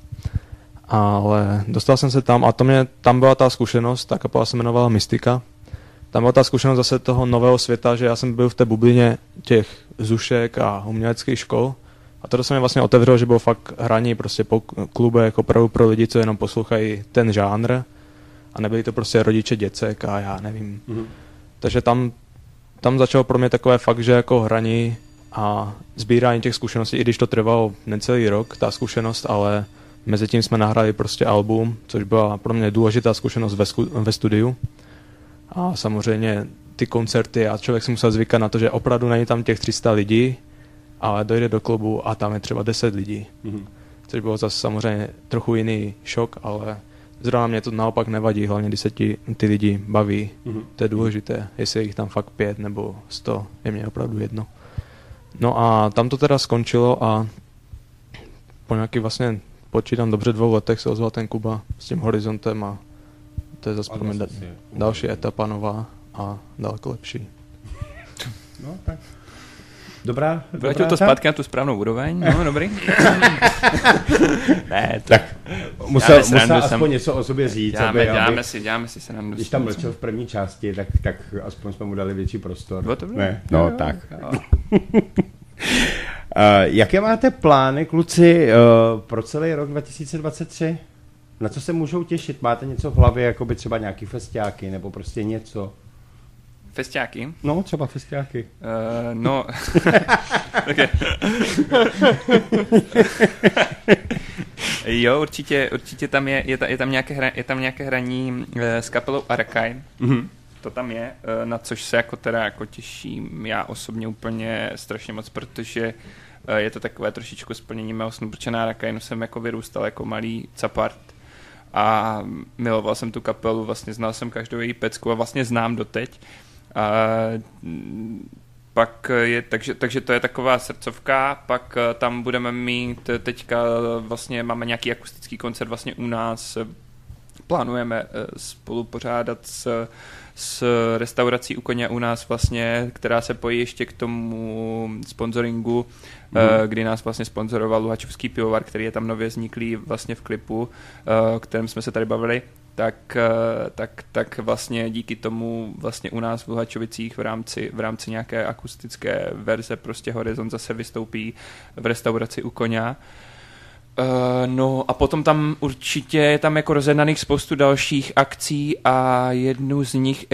[SPEAKER 5] Ale dostal jsem se tam a tam byla ta zkušenost, ta kapela se jmenovala Mystika. Tam byla ta zkušenost zase toho nového světa, že já jsem byl v té bublině těch zušek a uměleckých škol. A to se mi vlastně otevřelo, že bylo fakt hraní prostě po klubech opravdu pro lidi, co jenom poslouchají ten žánr. A nebyli to prostě rodiče děcek a já nevím. Takže tam začalo pro mě takové fakt, že jako hraní a sbírání těch zkušeností, i když to trvalo necelý rok, ta zkušenost, ale mezitím jsme nahrali prostě album, což byla pro mě důležitá zkušenost ve studiu. A samozřejmě ty koncerty a člověk si musel zvykat na to, že opravdu není tam těch 300 lidí, ale dojde do klubu a tam je třeba 10 lidí. Což bylo zase samozřejmě trochu jiný šok, ale zrovna mě to naopak nevadí, hlavně když se ty lidi baví. To je důležité, jestli je jich tam fakt 5 nebo 100, je mě opravdu jedno. No a tam to teda skončilo a po nějaký vlastně počítám dobře 2 letech se ozval ten Kuba s tím Horizontem a to je zase pro mě další etapa nová a daleko lepší.
[SPEAKER 2] No tak. Dobrá.
[SPEAKER 3] Vrátil to zpátky na tu správnou úroveň, no dobrý. Ne, to...
[SPEAKER 2] Tak musel aspoň něco o sobě říct.
[SPEAKER 3] Děláme si srandu.
[SPEAKER 2] Když tam mlčel v první části, tak aspoň jsme mu dali větší prostor.
[SPEAKER 3] Bylo to dobré?
[SPEAKER 2] Ne, no tak. Jaké máte plány, kluci, pro celý rok 2023? Na co se můžou těšit? Máte něco v hlavě, jako by třeba nějaký festiáky, nebo prostě něco?
[SPEAKER 3] Festiáky?
[SPEAKER 2] No, třeba festiáky.
[SPEAKER 3] No... Jo, určitě tam je tam nějaké hraní s kapelou Archive. To tam je, na což se jako teda jako těším já osobně úplně strašně moc, protože je to takové trošičku splnění mého snu, protože na Archive jsem jako vyrůstal jako malý capart a miloval jsem tu kapelu, vlastně znal jsem každou její pecku a vlastně znám doteď. A pak je, takže to je taková srdcovka, pak tam budeme mít teďka vlastně máme nějaký akustický koncert vlastně u nás, plánujeme spolu pořádat s restaurací u Koně u nás vlastně, která se pojí ještě k tomu sponsoringu, kdy nás vlastně sponzoroval Luhačovský pivovar, který je tam nově vzniklý vlastně v klipu, o kterém jsme se tady bavili. Tak vlastně díky tomu vlastně u nás v Luhačovicích v rámci nějaké akustické verze prostě Horizont zase vystoupí v restauraci u Koně. No a potom tam určitě je tam jako rozjednaných spoustu dalších akcí a jednu z nich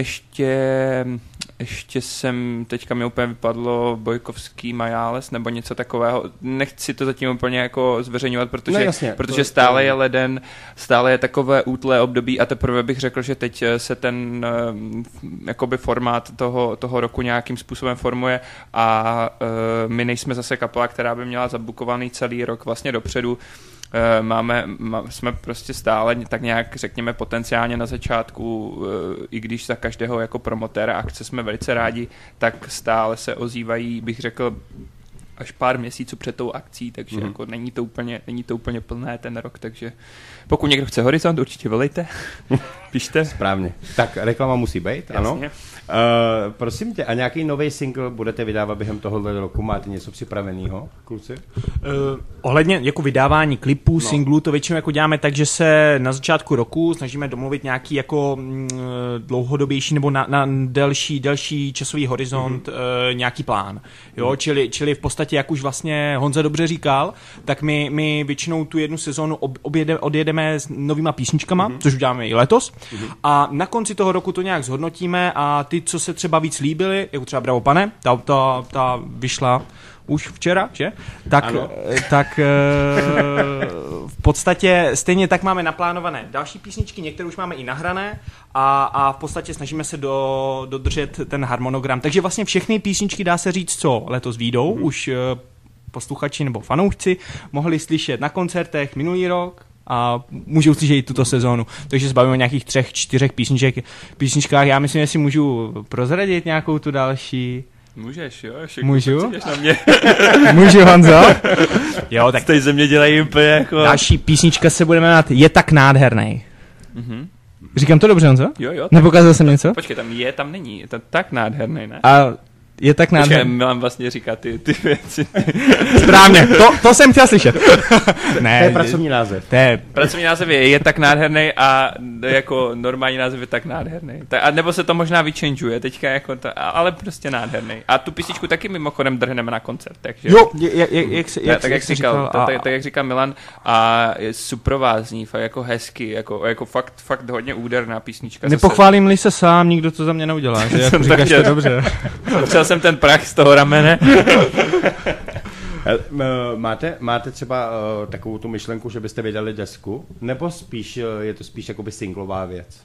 [SPEAKER 3] ještě jsem, teďka mi úplně vypadlo Bojkovský Majáles nebo něco takového, nechci to zatím úplně jako zveřejňovat, protože stále je leden, stále je takové útlé období a teprve bych řekl, že teď se ten jakoby formát toho roku nějakým způsobem formuje a my nejsme zase kapela, která by měla zabukovaný celý rok vlastně dopředu. Jsme prostě stále tak nějak, řekněme, potenciálně na začátku, i když za každého jako promotéra akce jsme velice rádi, tak stále se ozývají, bych řekl, až pár měsíců před tou akcí, takže jako není to úplně plné ten rok, takže pokud někdo chce Horizont, určitě volejte, pište.
[SPEAKER 2] Správně. Tak reklama musí být,
[SPEAKER 3] Jasně.
[SPEAKER 2] ano. Prosím tě, a nějaký nový single budete vydávat během tohohle roku? Máte něco připraveného, kluci?
[SPEAKER 4] Ohledně jako vydávání klipů, singlů, to většinou jako děláme tak, že se na začátku roku snažíme domluvit nějaký jako dlouhodobější nebo na delší časový horizont nějaký plán. Jo? Čili v podstatě, jak už vlastně Honza dobře říkal, tak my většinou tu jednu sezónu odjedeme s novýma písničkama, což uděláme i letos, a na konci toho roku to nějak zhodnotíme a ty, co se třeba víc líbily, jako třeba Bravo pane, ta vyšla už včera, že? Tak v podstatě stejně tak máme naplánované další písničky, některé už máme i nahrané a v podstatě snažíme se dodržet ten harmonogram. Takže vlastně všechny písničky, dá se říct, co letos vyjdou, už posluchači nebo fanoušci mohli slyšet na koncertech minulý rok a můžou slyšet i tuto sezónu. Takže se bavíme o nějakých 3-4 písničkách. Já myslím, že si můžu prozradit nějakou tu další.
[SPEAKER 3] Můžeš, jo?
[SPEAKER 4] Můžu?
[SPEAKER 3] Na mě.
[SPEAKER 4] Můžu, Honzo? Jo, tak
[SPEAKER 3] teď ze mě dělají úplně jako...
[SPEAKER 4] Další písnička se bude jmenovat Je tak nádhernej.
[SPEAKER 3] Mhm.
[SPEAKER 4] Říkám to dobře, Honzo?
[SPEAKER 3] Jo.
[SPEAKER 4] Nepokázal jsem něco?
[SPEAKER 3] Počkej, tam není. Je to tak nádherný, ne?
[SPEAKER 4] A je tak nádherný.
[SPEAKER 3] Počkej, Milan vlastně říká ty věci.
[SPEAKER 4] Správně, to jsem chtěl slyšet. Ne,
[SPEAKER 2] To je pracovní název.
[SPEAKER 3] Pracovní název je tak nádherný a jako normální název je tak nádherný. A nebo se to možná vychangeuje teďka jako ale prostě nádherný. A tu písničku taky mimochodem drhneme na koncert, takže...
[SPEAKER 4] Jo,
[SPEAKER 3] jak říká Milan, a super zní, fakt jako hezky, jako fakt hodně úderná písnička.
[SPEAKER 4] Nepochválím-li se sám, nikdo to za mě neudělá, že jako říkáš to dobře.
[SPEAKER 3] Potřeboval jsem ten prach z toho ramene.
[SPEAKER 2] Máte třeba takovou tu myšlenku, že byste vydali desku? Nebo spíš je to spíš jakoby singlová věc?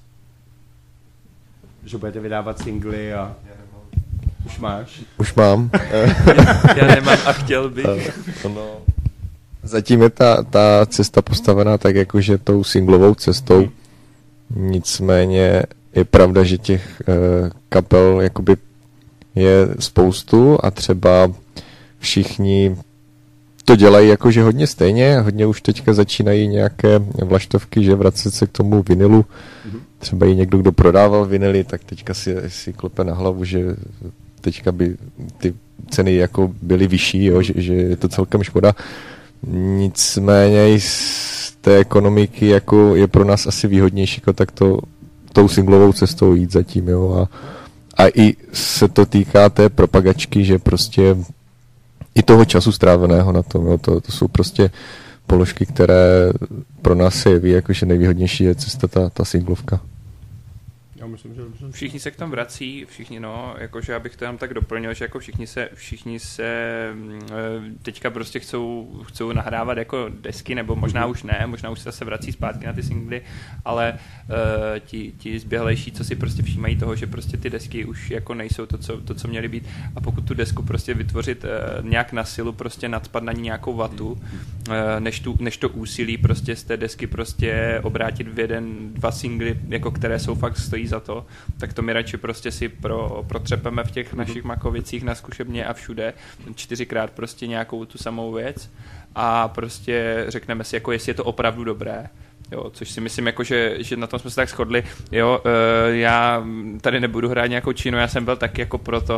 [SPEAKER 2] Že budete vydávat singly a... Už máš?
[SPEAKER 6] Už mám.
[SPEAKER 3] Já nemám a chtěl bych.
[SPEAKER 6] Zatím je ta cesta postavená tak jakože tou singlovou cestou. Nicméně je pravda, že těch kapel jakoby je spoustu a třeba všichni to dělají jakože hodně stejně, hodně už teďka začínají nějaké vlaštovky, že vracet se k tomu vinilu. Třeba i někdo, kdo prodával vinily, tak teďka si klepe na hlavu, že teďka by ty ceny jako byly vyšší, jo, že je to celkem škoda. Nicméně i z té ekonomiky jako je pro nás asi výhodnější tak tou singlovou cestou jít zatím, jo, a i se to týká té propagačky, že prostě i toho času stráveného na tom, jo, to jsou prostě položky, které pro nás se jeví, jakože nejvýhodnější je cesta ta singlovka.
[SPEAKER 2] Já myslím, že
[SPEAKER 3] všichni se k tomu vrací, jakože abych to tam tak doplnil, že jako všichni se teďka prostě chcou nahrávat jako desky, nebo možná už ne, možná už se zase vrací zpátky na ty singly, ale ti zběhlejší, co si prostě všímají toho, že prostě ty desky už jako nejsou to, co měly být, a pokud tu desku prostě vytvořit nějak na silu, prostě nadspat na ní nějakou vatu, než to úsilí prostě z té desky prostě obrátit v 1-2 singly, jako které jsou fakt stojí za to, tak to my radši prostě si protřepeme v těch našich makovicích na zkušebně a všude 4krát prostě nějakou tu samou věc a prostě řekneme si, jako jestli je to opravdu dobré. Jo, což si myslím, jako, že na tom jsme se tak shodli. Jo, já tady nebudu hrát nějakou činu, já jsem byl taky jako pro to,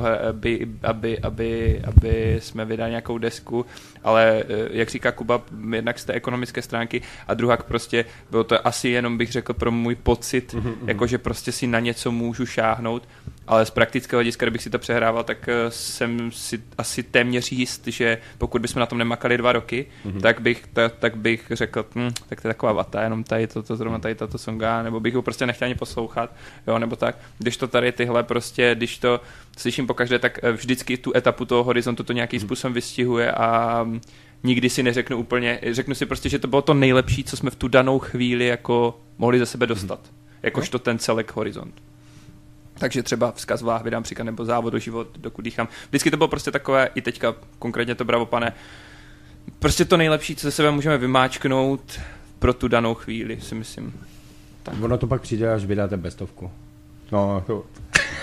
[SPEAKER 3] aby jsme vydali nějakou desku, ale jak říká Kuba, jednak z té ekonomické stránky a druhak prostě bylo to asi jenom, bych řekl, pro můj pocit, jako, že prostě si na něco můžu šáhnout, ale z praktického hlediska, kdybych si to přehrával, tak jsem si asi téměř jist, že pokud bychom na tom nemakali 2 roky, tak bych řekl, tak to je taková vata, jenom tady zrovna tady tato songa, nebo bych ho prostě nechtěl ani poslouchat, jo, nebo tak. Když to tady tyhle prostě, když to slyším pokaždé, tak vždycky tu etapu toho horizontu to nějakým způsobem vystihuje a nikdy si neřeknu úplně, řeknu si prostě, že to bylo to nejlepší, co jsme v tu danou chvíli jako mohli ze sebe dostat. Jakožto ten celek horizont. Takže třeba Vzkaz vláh vydám příklad, nebo Závod o život, dokud dýchám. Vždycky to bylo prostě takové, i teďka konkrétně to Bravo pane, prostě to nejlepší, co ze sebe můžeme vymáčknout pro tu danou chvíli, si myslím. Tak.
[SPEAKER 2] Ono to pak přijde, až vydáte bestovku. No, to...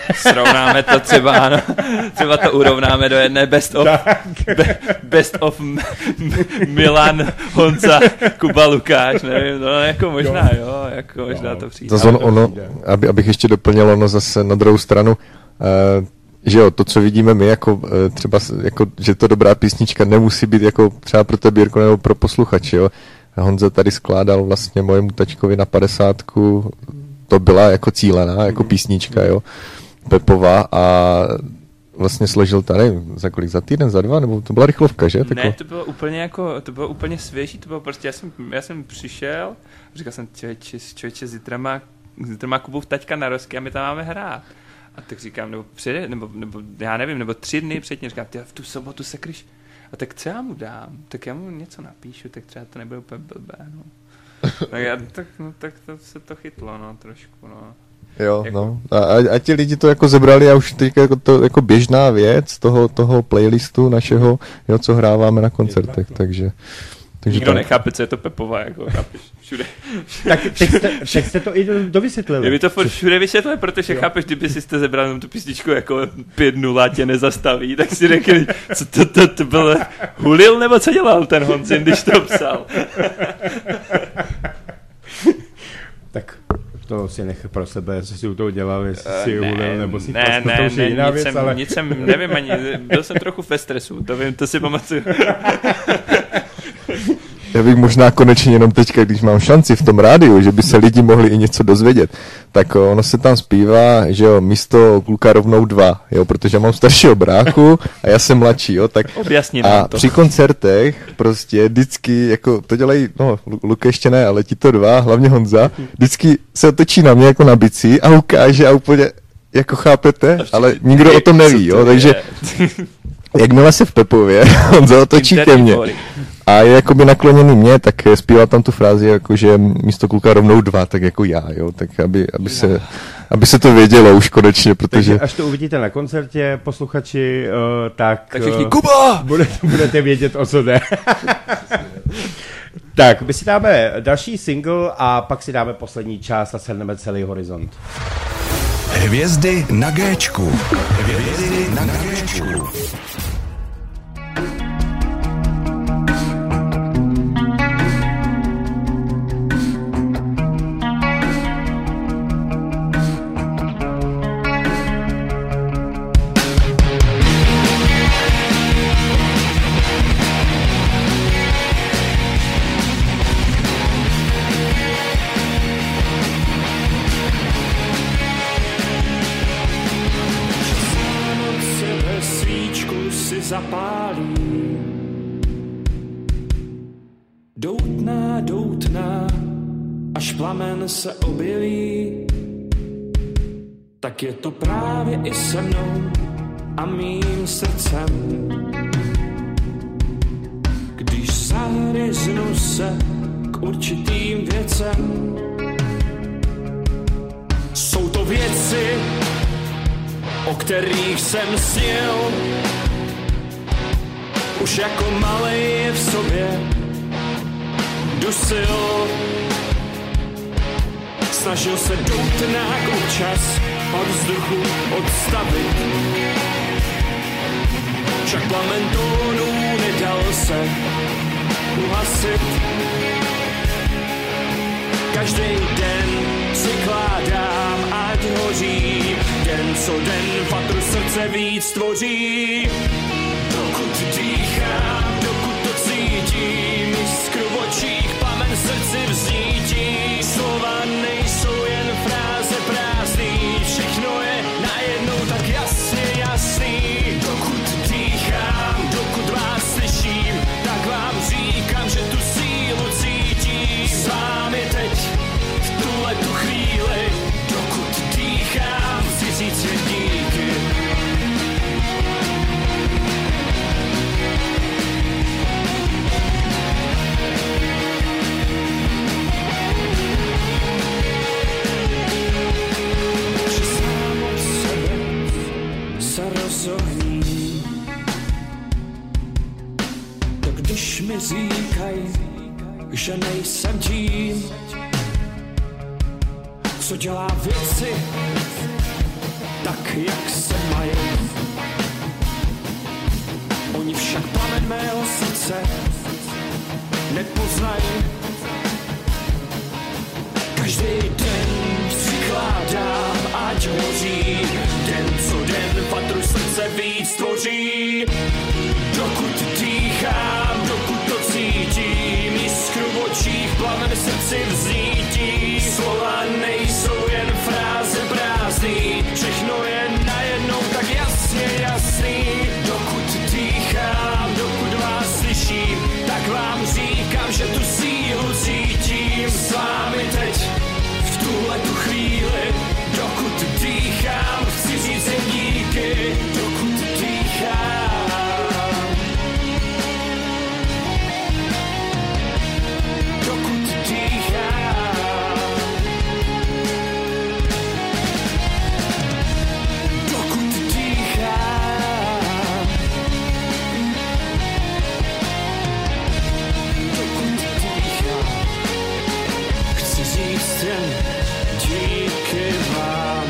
[SPEAKER 3] Srovnáme to třeba, ano. Třeba to urovnáme do jedné best of Milan, Honza, Kuba, Lukáš, nevím, no jako možná, jo, jako možná to přijde.
[SPEAKER 6] Zase abych ještě doplnil, ono zase na druhou stranu, že jo, to, co vidíme my, jako třeba, jako, že to dobrá písnička nemusí být jako třeba pro tebe, Jirko, nebo pro posluchače, jo. Honza tady skládal vlastně mojemu tačkovi na 50, to byla jako cílená, jako písnička, jo, Pepová, a vlastně složil tady, za kolik, za týden, za 2, nebo to byla rychlovka, že?
[SPEAKER 3] Ne, to bylo úplně jako, to bylo úplně svěží, to bylo prostě, já jsem přišel, říkal jsem, člověče, zítra má Kubův taťka narozky a my tam máme hrát. A tak říkám, nebo já nevím, nebo 3 dny předtím, říkám, ty v tu sobotu se kryš. A tak co já mu dám? Tak já mu něco napíšu, tak třeba to nebude úplně blbé, no. tak to se to chytlo, no, trošku, no.
[SPEAKER 6] Jo,
[SPEAKER 3] jako...
[SPEAKER 6] no. A ti lidi to jako zebrali a už teď jako to jako běžná věc toho playlistu našeho, jo, co hráváme na koncertech, takže
[SPEAKER 3] nikdo nechápe, co je to Pepová, jako chápeš, všude.
[SPEAKER 2] Tak teď jste to i dovysvětlili.
[SPEAKER 3] Je mi to všude vysvětlili, protože chápeš, kdyby si jste zebral tu písničku jako 5:0 tě nezastaví, tak si řekli, co to bylo, hulil nebo co dělal ten Honzin, když to psal.
[SPEAKER 2] Tak to si nech pro sebe, jestli si u toho dělal, jestli si hulil, nebo si
[SPEAKER 3] to
[SPEAKER 2] už je jiná věc, ale...
[SPEAKER 3] Nic jsem, nevím ani, byl jsem trochu ve stresu, to si pamatuju.
[SPEAKER 6] Já bych možná konečně jenom teďka, když mám šanci v tom rádiu, že by se lidi mohli i něco dozvědět, tak ono se tam zpívá, že jo, místo kluka rovnou 2, jo, protože mám staršího bráchu a já jsem mladší, jo, tak a při koncertech prostě vždycky, jako to dělají, no, Luka ještě ne, ale ti to 2, hlavně Honza, vždycky se otočí na mě jako na bicí a ukáže a úplně, jako chápete, ale nikdo o tom neví, jo, takže jakmile se v Pepově Honza otočí ke mně a je jakoby nakloněný mě, tak zpívá tam tu frázi, jako že místo kluka rovnou 2, tak jako já, jo, tak aby se to vědělo už konečně, protože...
[SPEAKER 2] Takže až to uvidíte na koncertě, posluchači, tak
[SPEAKER 3] všichni Kuba!
[SPEAKER 2] Budete vědět, o co jde. Tak, my si dáme další single a pak si dáme poslední část a shrneme celý horizont.
[SPEAKER 1] Hvězdy na Géčku. Hvězdy na Géčku.
[SPEAKER 7] Zapálí. Doutná, až plamen se objeví, tak je to právě i se mnou a mým srdcem. Když zahryznu se k určitým věcem, jsou to věci, o kterých jsem snil. Už jako malej v sobě dusil. Snažil se doutnák občas od vzduchu odstavit. Však plamen tónů nedal se uhasit. Každý den si kládám, ať hoří. Den co den vatru srdce víc tvoří. Dokud dýchám, dokud to cítím, jiskru v očích, plamen srdci vznítí. Slova nejsou jen fráze prázdný, všechno je najednou tak jasný. Dokud dýchám, dokud vás slyším, tak vám říkám, že tu sílu cítím. S vámi teď, v tuhletu chvíli, dokud dýchám, chci říct jen díky. Tak když mi říkaj, že nejsem tím, co dělá věci tak jak se mají. Oni však plamen mého srdce nepoznají. Každý den přikládám, ať hoří, den co den vatru srdce víc tvoří. Dokud dýchám, dokud to cítím, jiskru v očích, plamen v srdci vznítí. Slova nejsou jen fráze prázdný, všechno je najednou tak jasně jasný. Dokud dýchám, dokud vás slyším, tak vám říkám, že tu sílu cítím s vámi teď, v tuhletu chvíli. Dokud dýchám, chci říct jen díky, dokud dýchám. Díky vám.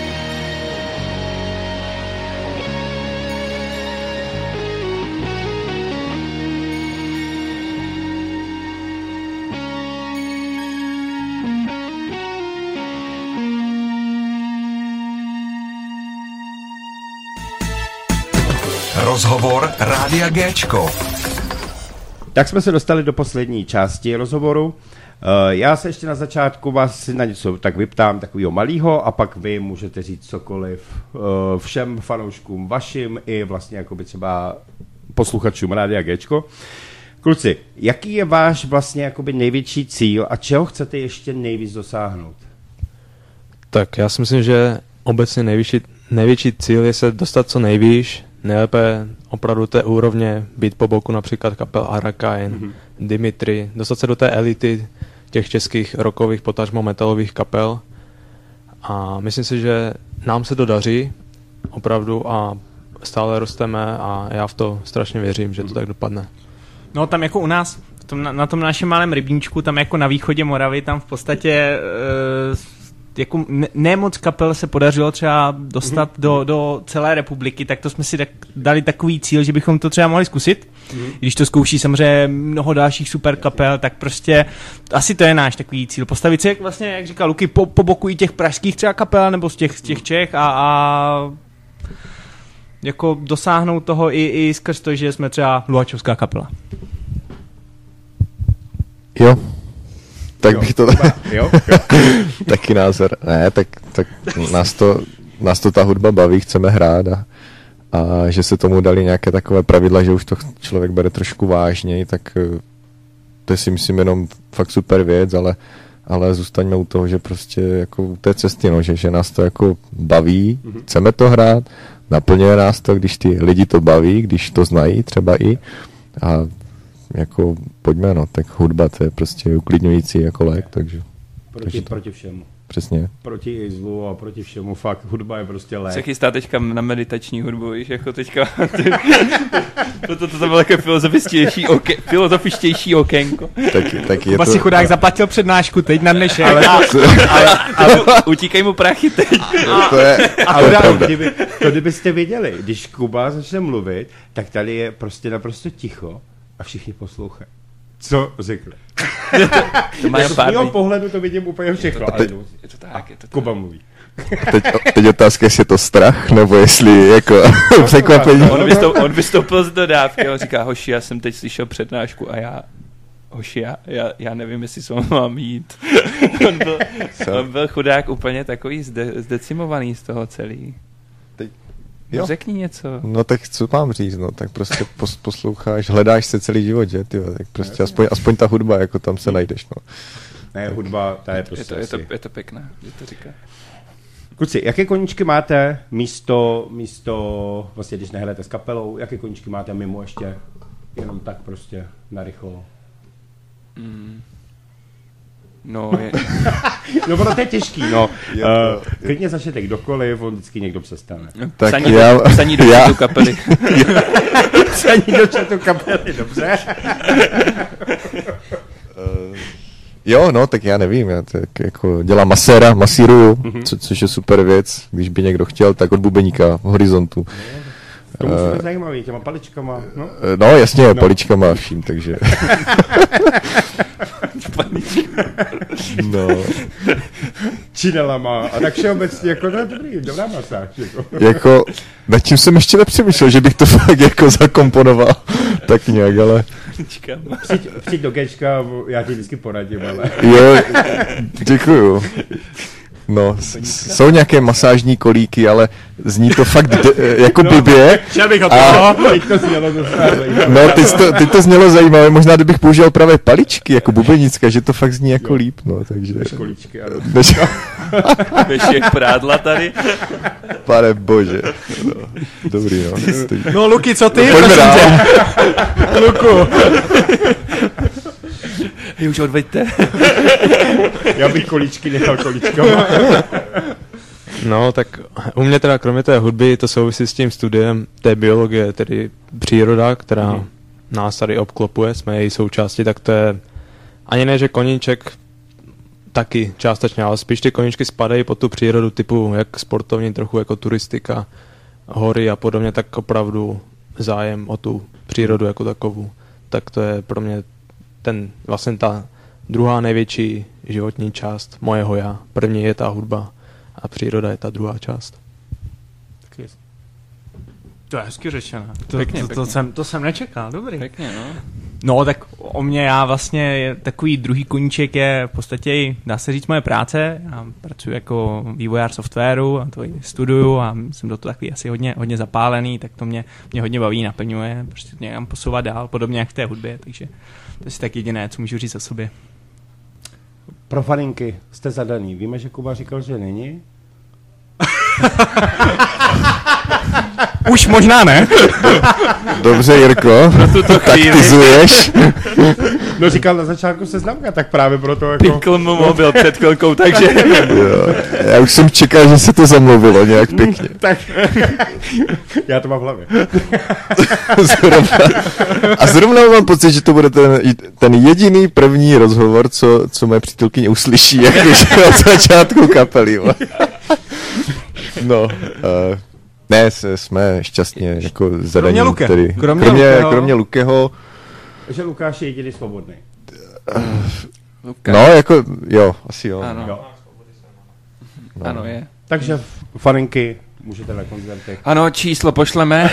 [SPEAKER 1] Rozhovor Rádia Géčko.
[SPEAKER 2] Tak jsme se dostali do poslední části rozhovoru. Já se ještě na začátku vás na něco tak vyptám, takového malého, a pak vy můžete říct cokoliv všem fanouškům vašim i vlastně jakoby třeba posluchačům Rádia Géčko. Kluci, jaký je váš vlastně jakoby největší cíl a čeho chcete ještě nejvíc dosáhnout?
[SPEAKER 5] Tak já si myslím, že obecně největší cíl je se dostat co nejvýš, nejlépe opravdu té úrovně, být po boku například kapel Arakain, Dimitri, dostat se do té elity těch českých rockových, potažmo metalových kapel. A myslím si, že nám se to daří opravdu a stále rosteme a já v to strašně věřím, že to tak dopadne.
[SPEAKER 4] No tam jako u nás, na tom našem malém rybníčku, tam jako na východě Moravy, tam v podstatě jako ne moc kapel se podařilo třeba dostat do celé republiky, tak to jsme si dali takový cíl, že bychom to třeba mohli zkusit. Když to zkouší samozřejmě mnoho dalších super kapel, tak prostě asi to je náš takový cíl. Postavit se, jak vlastně, jak říkal Luky, po boku i těch pražských třeba kapel, nebo z těch Čech a jako dosáhnout toho i skrz to, že jsme třeba luhačovská kapela.
[SPEAKER 6] Jo. Tak bych to... Taky názor. Ne, tak nás to ta hudba baví, chceme hrát a že se tomu dali nějaké takové pravidla, že už to člověk bere trošku vážněji, tak to je si myslím jenom fakt super věc, ale zůstaňme u toho, že prostě jako u té cesty, no, že nás to jako baví, chceme to hrát, naplňuje nás to, když ty lidi to baví, když to znají třeba i a jako pojďme, no, tak hudba to je prostě uklidňující jako lék, takže...
[SPEAKER 2] Proti všemu.
[SPEAKER 6] Přesně.
[SPEAKER 2] Proti izlu a proti všemu, fakt hudba je prostě lék.
[SPEAKER 3] Se chystá teďka na meditační hudbu, víš, jako teďka... Proto to bylo jako filozofičtější okénko.
[SPEAKER 6] Tak je
[SPEAKER 4] to... si chudák zaplatil přednášku teď na dnešek.
[SPEAKER 3] Ale utíkají mu prachy teď.
[SPEAKER 2] Kdybyste viděli, když Kuba začne mluvit, tak tady je prostě naprosto ticho a všichni poslouchají. Co řekli?
[SPEAKER 3] To má
[SPEAKER 2] z mého pohledu to vidím úplně všechno.
[SPEAKER 3] Je to tak.
[SPEAKER 2] Kuba mluví.
[SPEAKER 6] Teď otázka, jestli je to strach, nebo jestli jako překvapení.
[SPEAKER 3] On vystoupil z dodávky a říká, hoši, já jsem teď slyšel přednášku a já nevím, jestli se mám jít. on byl chudák úplně takový zdecimovaný z toho celý. No, řekni něco.
[SPEAKER 6] No tak co mám říct, no, tak prostě posloucháš, hledáš se celý život, že, tyjo, tak prostě aspoň ta hudba, jako tam se najdeš, no.
[SPEAKER 2] Ne, hudba, ta je prostě
[SPEAKER 3] je to pěkná, že to říká.
[SPEAKER 2] Kluci, jaké koníčky máte místo, vlastně když nehrajete s kapelou, jaké koníčky máte mimo ještě, jenom tak prostě narychlo?
[SPEAKER 3] No,
[SPEAKER 2] no, ono to je těžký, no. Klidně začnete kdokoliv, on vždycky někdo přestane.
[SPEAKER 6] Tak
[SPEAKER 3] psaní do chatu kapely.
[SPEAKER 2] Psaní do chatu kapely, dobře.
[SPEAKER 6] Jo, no, tak já nevím, já tak jako dělám masíruju, což je super věc, když by někdo chtěl, tak od bubeníka v horizontu.
[SPEAKER 2] To musí být zajímavý, těma paličkama, no?
[SPEAKER 6] No, jasně, paličkama a vším, takže... No.
[SPEAKER 2] Činelama a tak všeobecně, jako to je dobrá masáž.
[SPEAKER 6] Jako, nad tím jsem ještě nepřemýšlel, že bych to fakt jako zakomponoval tak nějak, ale...
[SPEAKER 2] Přijď do Gečka, já ti vždycky poradím, ale...
[SPEAKER 6] Jo, děkuju. No, jsou nějaké masážní kolíky, ale zní to fakt jako blbě.
[SPEAKER 4] Šel bych od toho.
[SPEAKER 2] Teď to znělo zajímavé.
[SPEAKER 6] No, teď to znělo zajímavé. Možná, kdybych použil právě paličky, jako bubenická, že to fakt zní jako líp, no, takže...
[SPEAKER 2] Kolíčky, ano.
[SPEAKER 3] Než jak prádla tady.
[SPEAKER 6] Pane bože. No, dobrý, no.
[SPEAKER 4] No, Luky, co ty?
[SPEAKER 6] No, pojďme dál.
[SPEAKER 4] Luku.
[SPEAKER 3] Hej, už odveďte.
[SPEAKER 2] Já bych kolíčky nechal kolíčkama.
[SPEAKER 5] No, tak u mě teda kromě té hudby to souvisí s tím studiem té biologie, tedy příroda, která nás tady obklopuje, jsme její součástí, tak to je ani ne, že koníček taky částečně, ale spíš ty koníčky spadají pod tu přírodu typu jak sportovní, trochu jako turistika, hory a podobně, tak opravdu zájem o tu přírodu jako takovou. Tak to je pro mě vlastně ta druhá největší životní část mojeho já. První je ta hudba a příroda je ta druhá část.
[SPEAKER 4] To je hezky řečeno.
[SPEAKER 3] Pěkně.
[SPEAKER 4] To jsem nečekal, dobrý.
[SPEAKER 3] Pěkně, no.
[SPEAKER 4] No, tak o mě já vlastně takový druhý koníček je v podstatě, dá se říct, moje práce. Já pracuji jako vývojář softwaru a to studuju a jsem do toho takový asi hodně zapálený, tak to mě hodně baví, naplňuje, prostě to někam posouvat dál, podobně jak v té hudbě, takže to je si tak jediné, co můžu říct o sobě.
[SPEAKER 2] Pro faninky jste zadaný. Víme, že Kuba říkal, že není.
[SPEAKER 4] Už možná ne.
[SPEAKER 6] Dobře, Jirko, taktizuješ.
[SPEAKER 2] No říkal na začátku seznamka, tak právě proto jako...
[SPEAKER 3] Pinkl mu mobil před chvilkou, takže...
[SPEAKER 6] Jo, já už jsem čekal, že se to zamluvilo nějak pěkně.
[SPEAKER 2] Tak, já to mám v hlavě.
[SPEAKER 6] Zrovna mám pocit, že to bude ten jediný první rozhovor, co moje přítelkyně uslyší, jakože od začátku kapely. No, ne, jsme šťastně jako zadaní. Kromě Lukeho.
[SPEAKER 2] Že Lukáš je jediný svobodný.
[SPEAKER 6] No, jako, jo, asi jo.
[SPEAKER 3] Ano.
[SPEAKER 2] Jo.
[SPEAKER 6] No.
[SPEAKER 3] Ano, je.
[SPEAKER 2] Takže faninky můžete na koncertech.
[SPEAKER 3] Ano, číslo pošleme.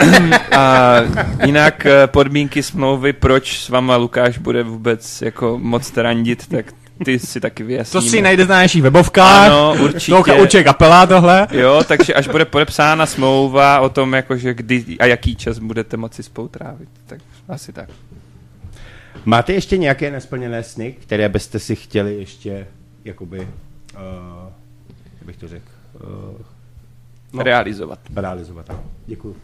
[SPEAKER 3] A jinak podmínky smlouvy, proč s váma Lukáš bude vůbec jako moc randit, tak ty si taky vyjasníme.
[SPEAKER 4] To si najdete na našich webovkách.
[SPEAKER 3] Ano, určitě.
[SPEAKER 4] Určitě kapela tohle.
[SPEAKER 3] Jo, takže až bude podepsána smlouva o tom, jakože kdy a jaký čas budete moci spolu trávit. Tak asi tak.
[SPEAKER 2] Máte ještě nějaké nesplněné sny, které byste si chtěli ještě, jakoby, jak bych to řekl,
[SPEAKER 3] Realizovat.
[SPEAKER 2] Ano. Děkuju.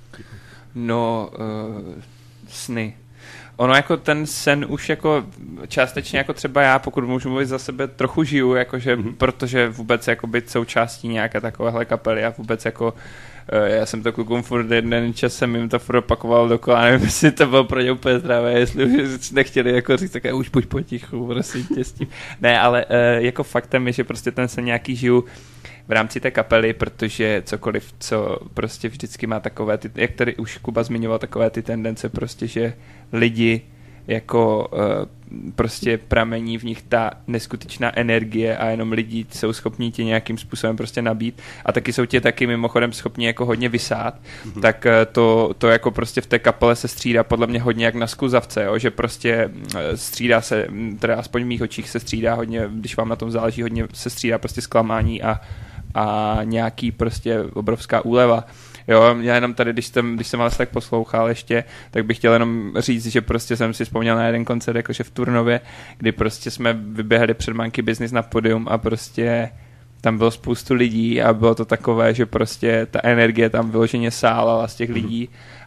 [SPEAKER 3] No, sny. Ono jako ten sen už jako částečně jako třeba já, pokud můžu mluvit za sebe, trochu žiju, jakože, protože vůbec jako být součástí nějaké takovéhle kapely a vůbec jako já jsem to klukům furt jeden čas jsem jim to furt opakoval dokola, nevím, jestli to bylo pro ně úplně zdravé, jestli už nechtěli jako říct, tak já už buď potichu, prosím tě s tím. Ne, ale jako faktem je, že prostě ten sen nějaký žiju v rámci té kapely, protože cokoliv, co prostě vždycky má takové ty, jak tady už Kuba zmiňoval, takové ty tendence prostě, že lidi jako prostě pramení v nich ta neskutečná energie a jenom lidi jsou schopní tě nějakým způsobem prostě nabít a taky jsou tě taky mimochodem schopni jako hodně vysát, tak to jako prostě v té kapele se střídá podle mě hodně jak na skluzavce, jo? Že prostě střídá se, teda aspoň v mých očích se střídá hodně, když vám na tom záleží, hodně se střídá prostě zklamání a nějaký prostě obrovská úleva. Jo, já jenom tady, když jsem vás tak poslouchal ještě, tak bych chtěl jenom říct, že prostě jsem si vzpomněl na jeden koncert, jakože v Turnově, kdy prostě jsme vyběhli před Monkey Business na podium a prostě tam bylo spoustu lidí a bylo to takové, že prostě ta energie tam vyloženě sálala z těch lidí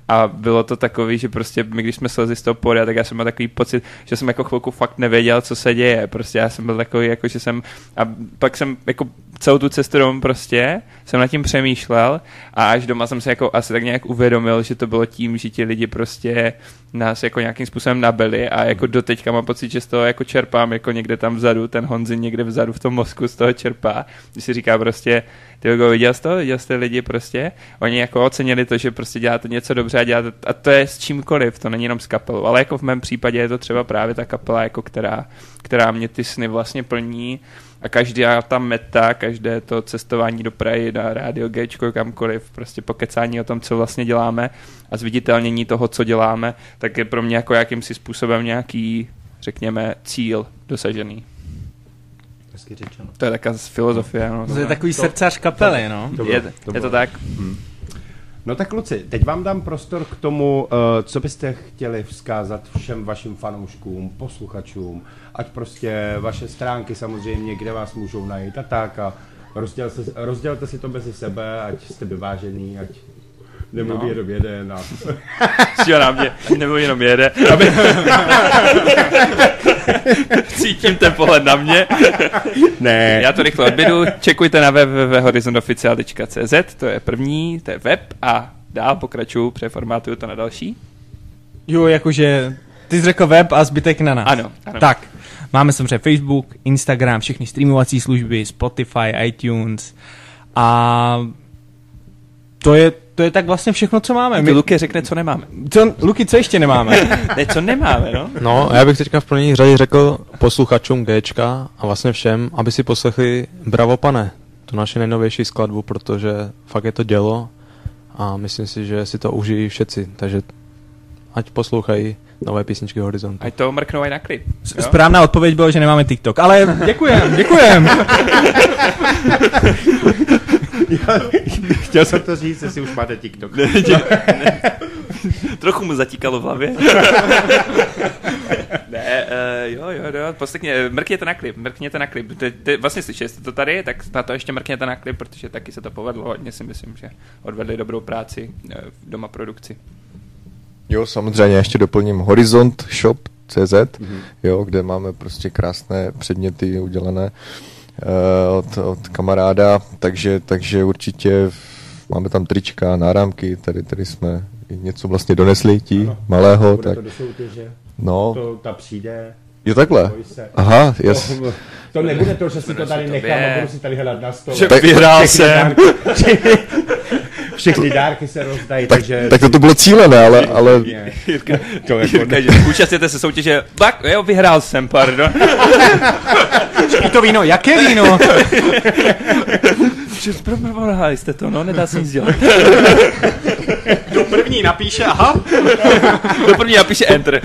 [SPEAKER 3] a bylo to takový, že prostě my, když jsme slezli z toho pódia, tak já jsem měl takový pocit, že jsem jako chvilku fakt nevěděl, co se děje, prostě já jsem byl takový, jako že jsem, a pak jsem jako celou tu cestu domů prostě jsem nad tím přemýšlel a až doma jsem se jako asi tak nějak uvědomil, že to bylo tím, že ti lidi prostě nás jako nějakým způsobem nabili a jako doteďka mám pocit, že z toho jako čerpám jako někde tam vzadu, ten Honzin někde vzadu v tom mozku z toho čerpá, když si říká prostě, ty viděl jste lidi prostě, oni jako ocenili to, že prostě děláte něco dobře a děláte, a to je s čímkoliv, to není jenom s kapelou, ale jako v mém případě je to třeba právě ta kapela, jako která mě ty sny vlastně plní a každá ta meta, každé to cestování do Prahy, na rádio Gčko, kamkoliv, prostě pokecání o tom, co vlastně děláme a zviditelnění toho, co děláme, tak je pro mě jako jakýmsi způsobem nějaký, řekněme, cíl dosažený. To je taková filozofie. No.
[SPEAKER 4] To je takový srdcař kapely, no.
[SPEAKER 3] Je to tak?
[SPEAKER 2] No tak kluci, teď vám dám prostor k tomu, co byste chtěli vzkázat všem vašim fanouškům, posluchačům, ať prostě vaše stránky samozřejmě, kde vás můžou najít a tak a rozdělte si to mezi sebe, ať jste vyvážený, ať nemluví jenom jeden a...
[SPEAKER 3] Jo, na mě, nemluví jenom jeden. Cítím ten pohled na mě.
[SPEAKER 2] Ne.
[SPEAKER 3] Já to rychle odbědu. Čekujte na www.horizontofficial.cz, to je první, to je web a dál pokračuju, přeformátuju to na další.
[SPEAKER 4] Jo, jakože ty jsi řekl web a zbytek na nás.
[SPEAKER 3] Ano.
[SPEAKER 4] Tak, máme samozřejmě Facebook, Instagram, všechny streamovací služby, Spotify, iTunes a to je tak vlastně všechno, co máme.
[SPEAKER 3] Luky řekne, co nemáme.
[SPEAKER 4] Luky, co ještě nemáme?
[SPEAKER 3] Ne, co nemáme, no?
[SPEAKER 5] No, já bych teďka v první řadě řekl posluchačům Gčka a vlastně všem, aby si poslechli Bravo pane, tu naši nejnovější skladbu, protože fakt je to dělo a myslím si, že si to užijí všetci, takže ať poslouchají nové písničky Horizontu.
[SPEAKER 3] Ať to mrknou aj na klip. Jo?
[SPEAKER 4] Správná odpověď bylo, že nemáme TikTok, ale děkujem.
[SPEAKER 2] Chtěl jsem to říct, jestli už máte TikTok.
[SPEAKER 3] Ne. Trochu mu zatíkalo v hlavě. Ne, jo, mrkněte na klip. Vlastně slyšeli jste to tady, tak na to ještě mrkněte na klip, protože taky se to povedlo hodně, si myslím, že odvedli dobrou práci v doma produkci.
[SPEAKER 6] Jo, samozřejmě ještě doplním horizontshop.cz, jo, kde máme prostě krásné předměty udělané od kamaráda, takže určitě máme tam trička, náramky, tady jsme něco vlastně donesli malého.
[SPEAKER 2] Bude
[SPEAKER 6] tak.
[SPEAKER 2] to do soutěže,
[SPEAKER 6] no.
[SPEAKER 2] ta přijde.
[SPEAKER 6] Jo, takle? Aha,
[SPEAKER 2] To nebude to, že si to tady nechám a budu si tady hledat na stole.
[SPEAKER 3] Že vyhrál jsem.
[SPEAKER 2] Všechny dárky se rozdají,
[SPEAKER 6] tak to bylo cílené, ale...
[SPEAKER 3] Jirka, že účastněte se soutěže, jo, vyhrál jsem, pardon.
[SPEAKER 4] To víno, jaké víno?
[SPEAKER 3] Prohráli jste to, no, nedá se nic dělat.
[SPEAKER 4] Do první napíše,
[SPEAKER 3] Do první napíše enter.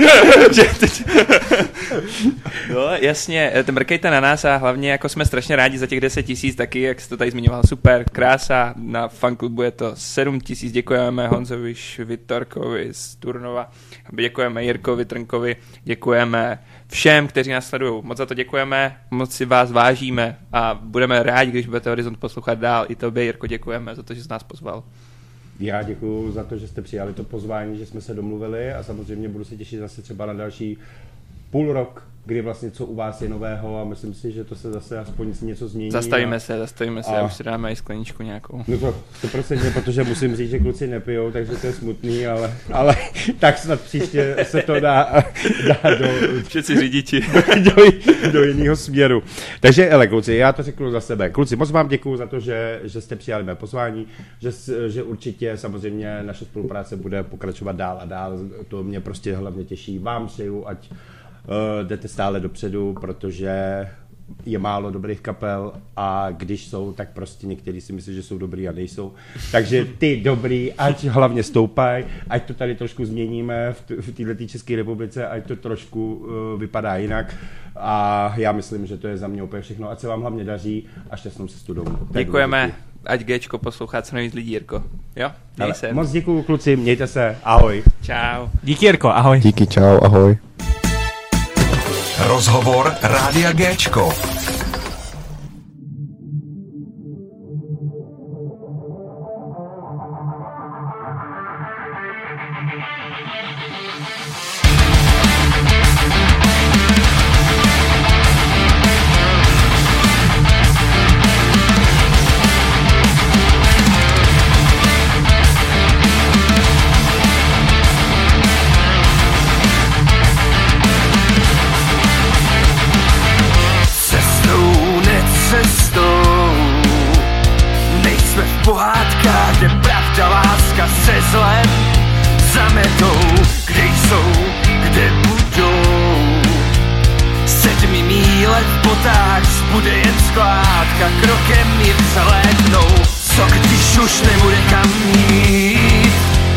[SPEAKER 3] No, jasně, mrkejte na nás a hlavně jako jsme strašně rádi za těch 10 000, taky, jak jsi to tady zmiňoval, super, krása, na fanklubu je to 7 000, děkujeme Honzovi Švitorkovi z Turnova, děkujeme Jirkovi Trnkovi, děkujeme všem, kteří nás sledují, moc za to děkujeme, moc si vás vážíme a budeme rádi, když budete Horizont poslouchat dál, i tobě, Jirko, děkujeme za to, že jsi nás pozval.
[SPEAKER 2] Já děkuju za to, že jste přijali to pozvání, že jsme se domluvili a samozřejmě budu se těšit zase třeba na další půl rok, kdy vlastně co u vás je nového a myslím si, že to se zase aspoň něco změní.
[SPEAKER 3] Zastavíme se a už si dáme i skleničku nějakou.
[SPEAKER 2] No to 100%, protože musím říct, že kluci nepijou, takže to je smutný, ale tak snad příště se to dá do...
[SPEAKER 3] Všetci řidiči.
[SPEAKER 2] do jiného směru. Takže hele kluci, já to řeknu za sebe. Kluci, moc vám děkuju za to, že jste přijali mé pozvání, že určitě samozřejmě naše spolupráce bude pokračovat dál a dál. To mě prostě hlavně těší. Vám přeju, ať jdete stále dopředu, protože je málo dobrých kapel a když jsou, tak prostě někteří si myslí, že jsou dobrý a nejsou. Takže ty dobrý, ať hlavně stoupají, ať to tady trošku změníme v této České republice, ať to trošku vypadá jinak a já myslím, že to je za mě úplně všechno. Ať se vám hlavně daří a šťastnou cestu domů.
[SPEAKER 3] Děkujeme, ať Gčko poslouchá co nejvíc lidí, Jirko. Jo, měj se.
[SPEAKER 2] Moc děkuju kluci, mějte se, ahoj.
[SPEAKER 3] Čau.
[SPEAKER 4] Díky, Jirko, ahoj.
[SPEAKER 6] Díky, čau, ahoj.
[SPEAKER 1] Rozhovor Rádia Géčko.
[SPEAKER 7] pravda, láska se zlem zametou, kde jsou, kde budou. 7 míle v botách zbude jen skládka, krokem ji přelétnou. Co když už nebude kam jít?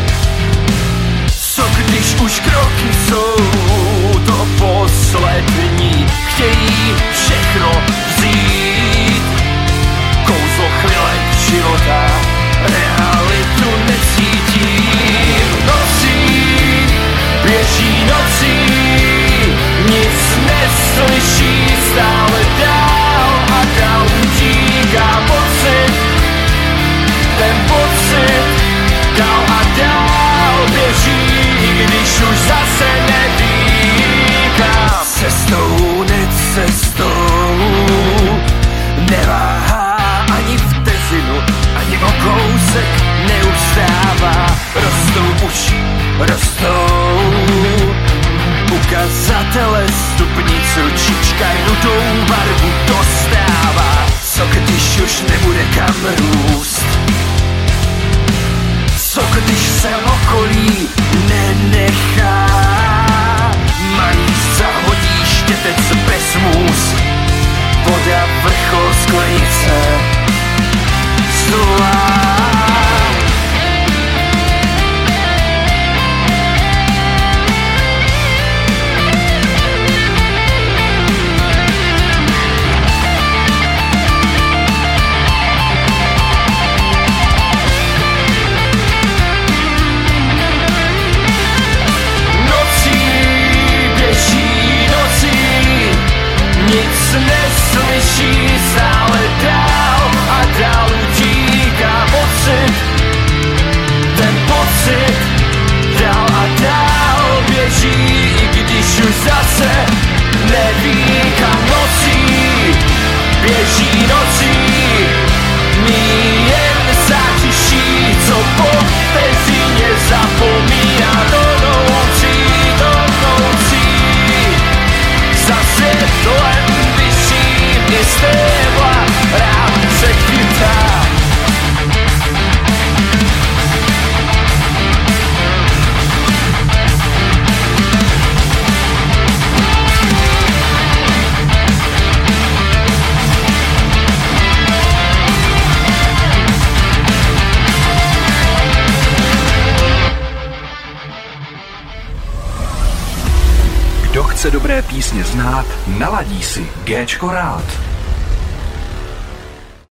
[SPEAKER 7] Co když už kroky jsou to poslední? Chtějí všechno vzít, kouzlo chvilek života, realitu necítím. Nocí, běží nocí, nic neslyší, stále dál a dál utíká pocit, ten pocit dál a dál běží, když už zase neví kam. Cestou, necestou, neváhá ani vteřinu, ani o kousek neustává. Rostou už, rostou ukazatele stupnic, ručička rudou barvu dostává. Co když už nebude kam růst? Co když se okolí nenechá? Malíř zahodí štětec bez můz, voda vrchol sklenice zlá. Nic neslyší, stále dál a dál utíká pocit, ten pocit dál a dál běží, i když už zase neví kam. Nocí, běží nocí, mí jen zářiší, co po vteřině zapomíná. Tonoucí, za světlem vyšším i stébla rád se chytá.
[SPEAKER 1] Kdo chce dobré písně znát, naladí si Géčko rád.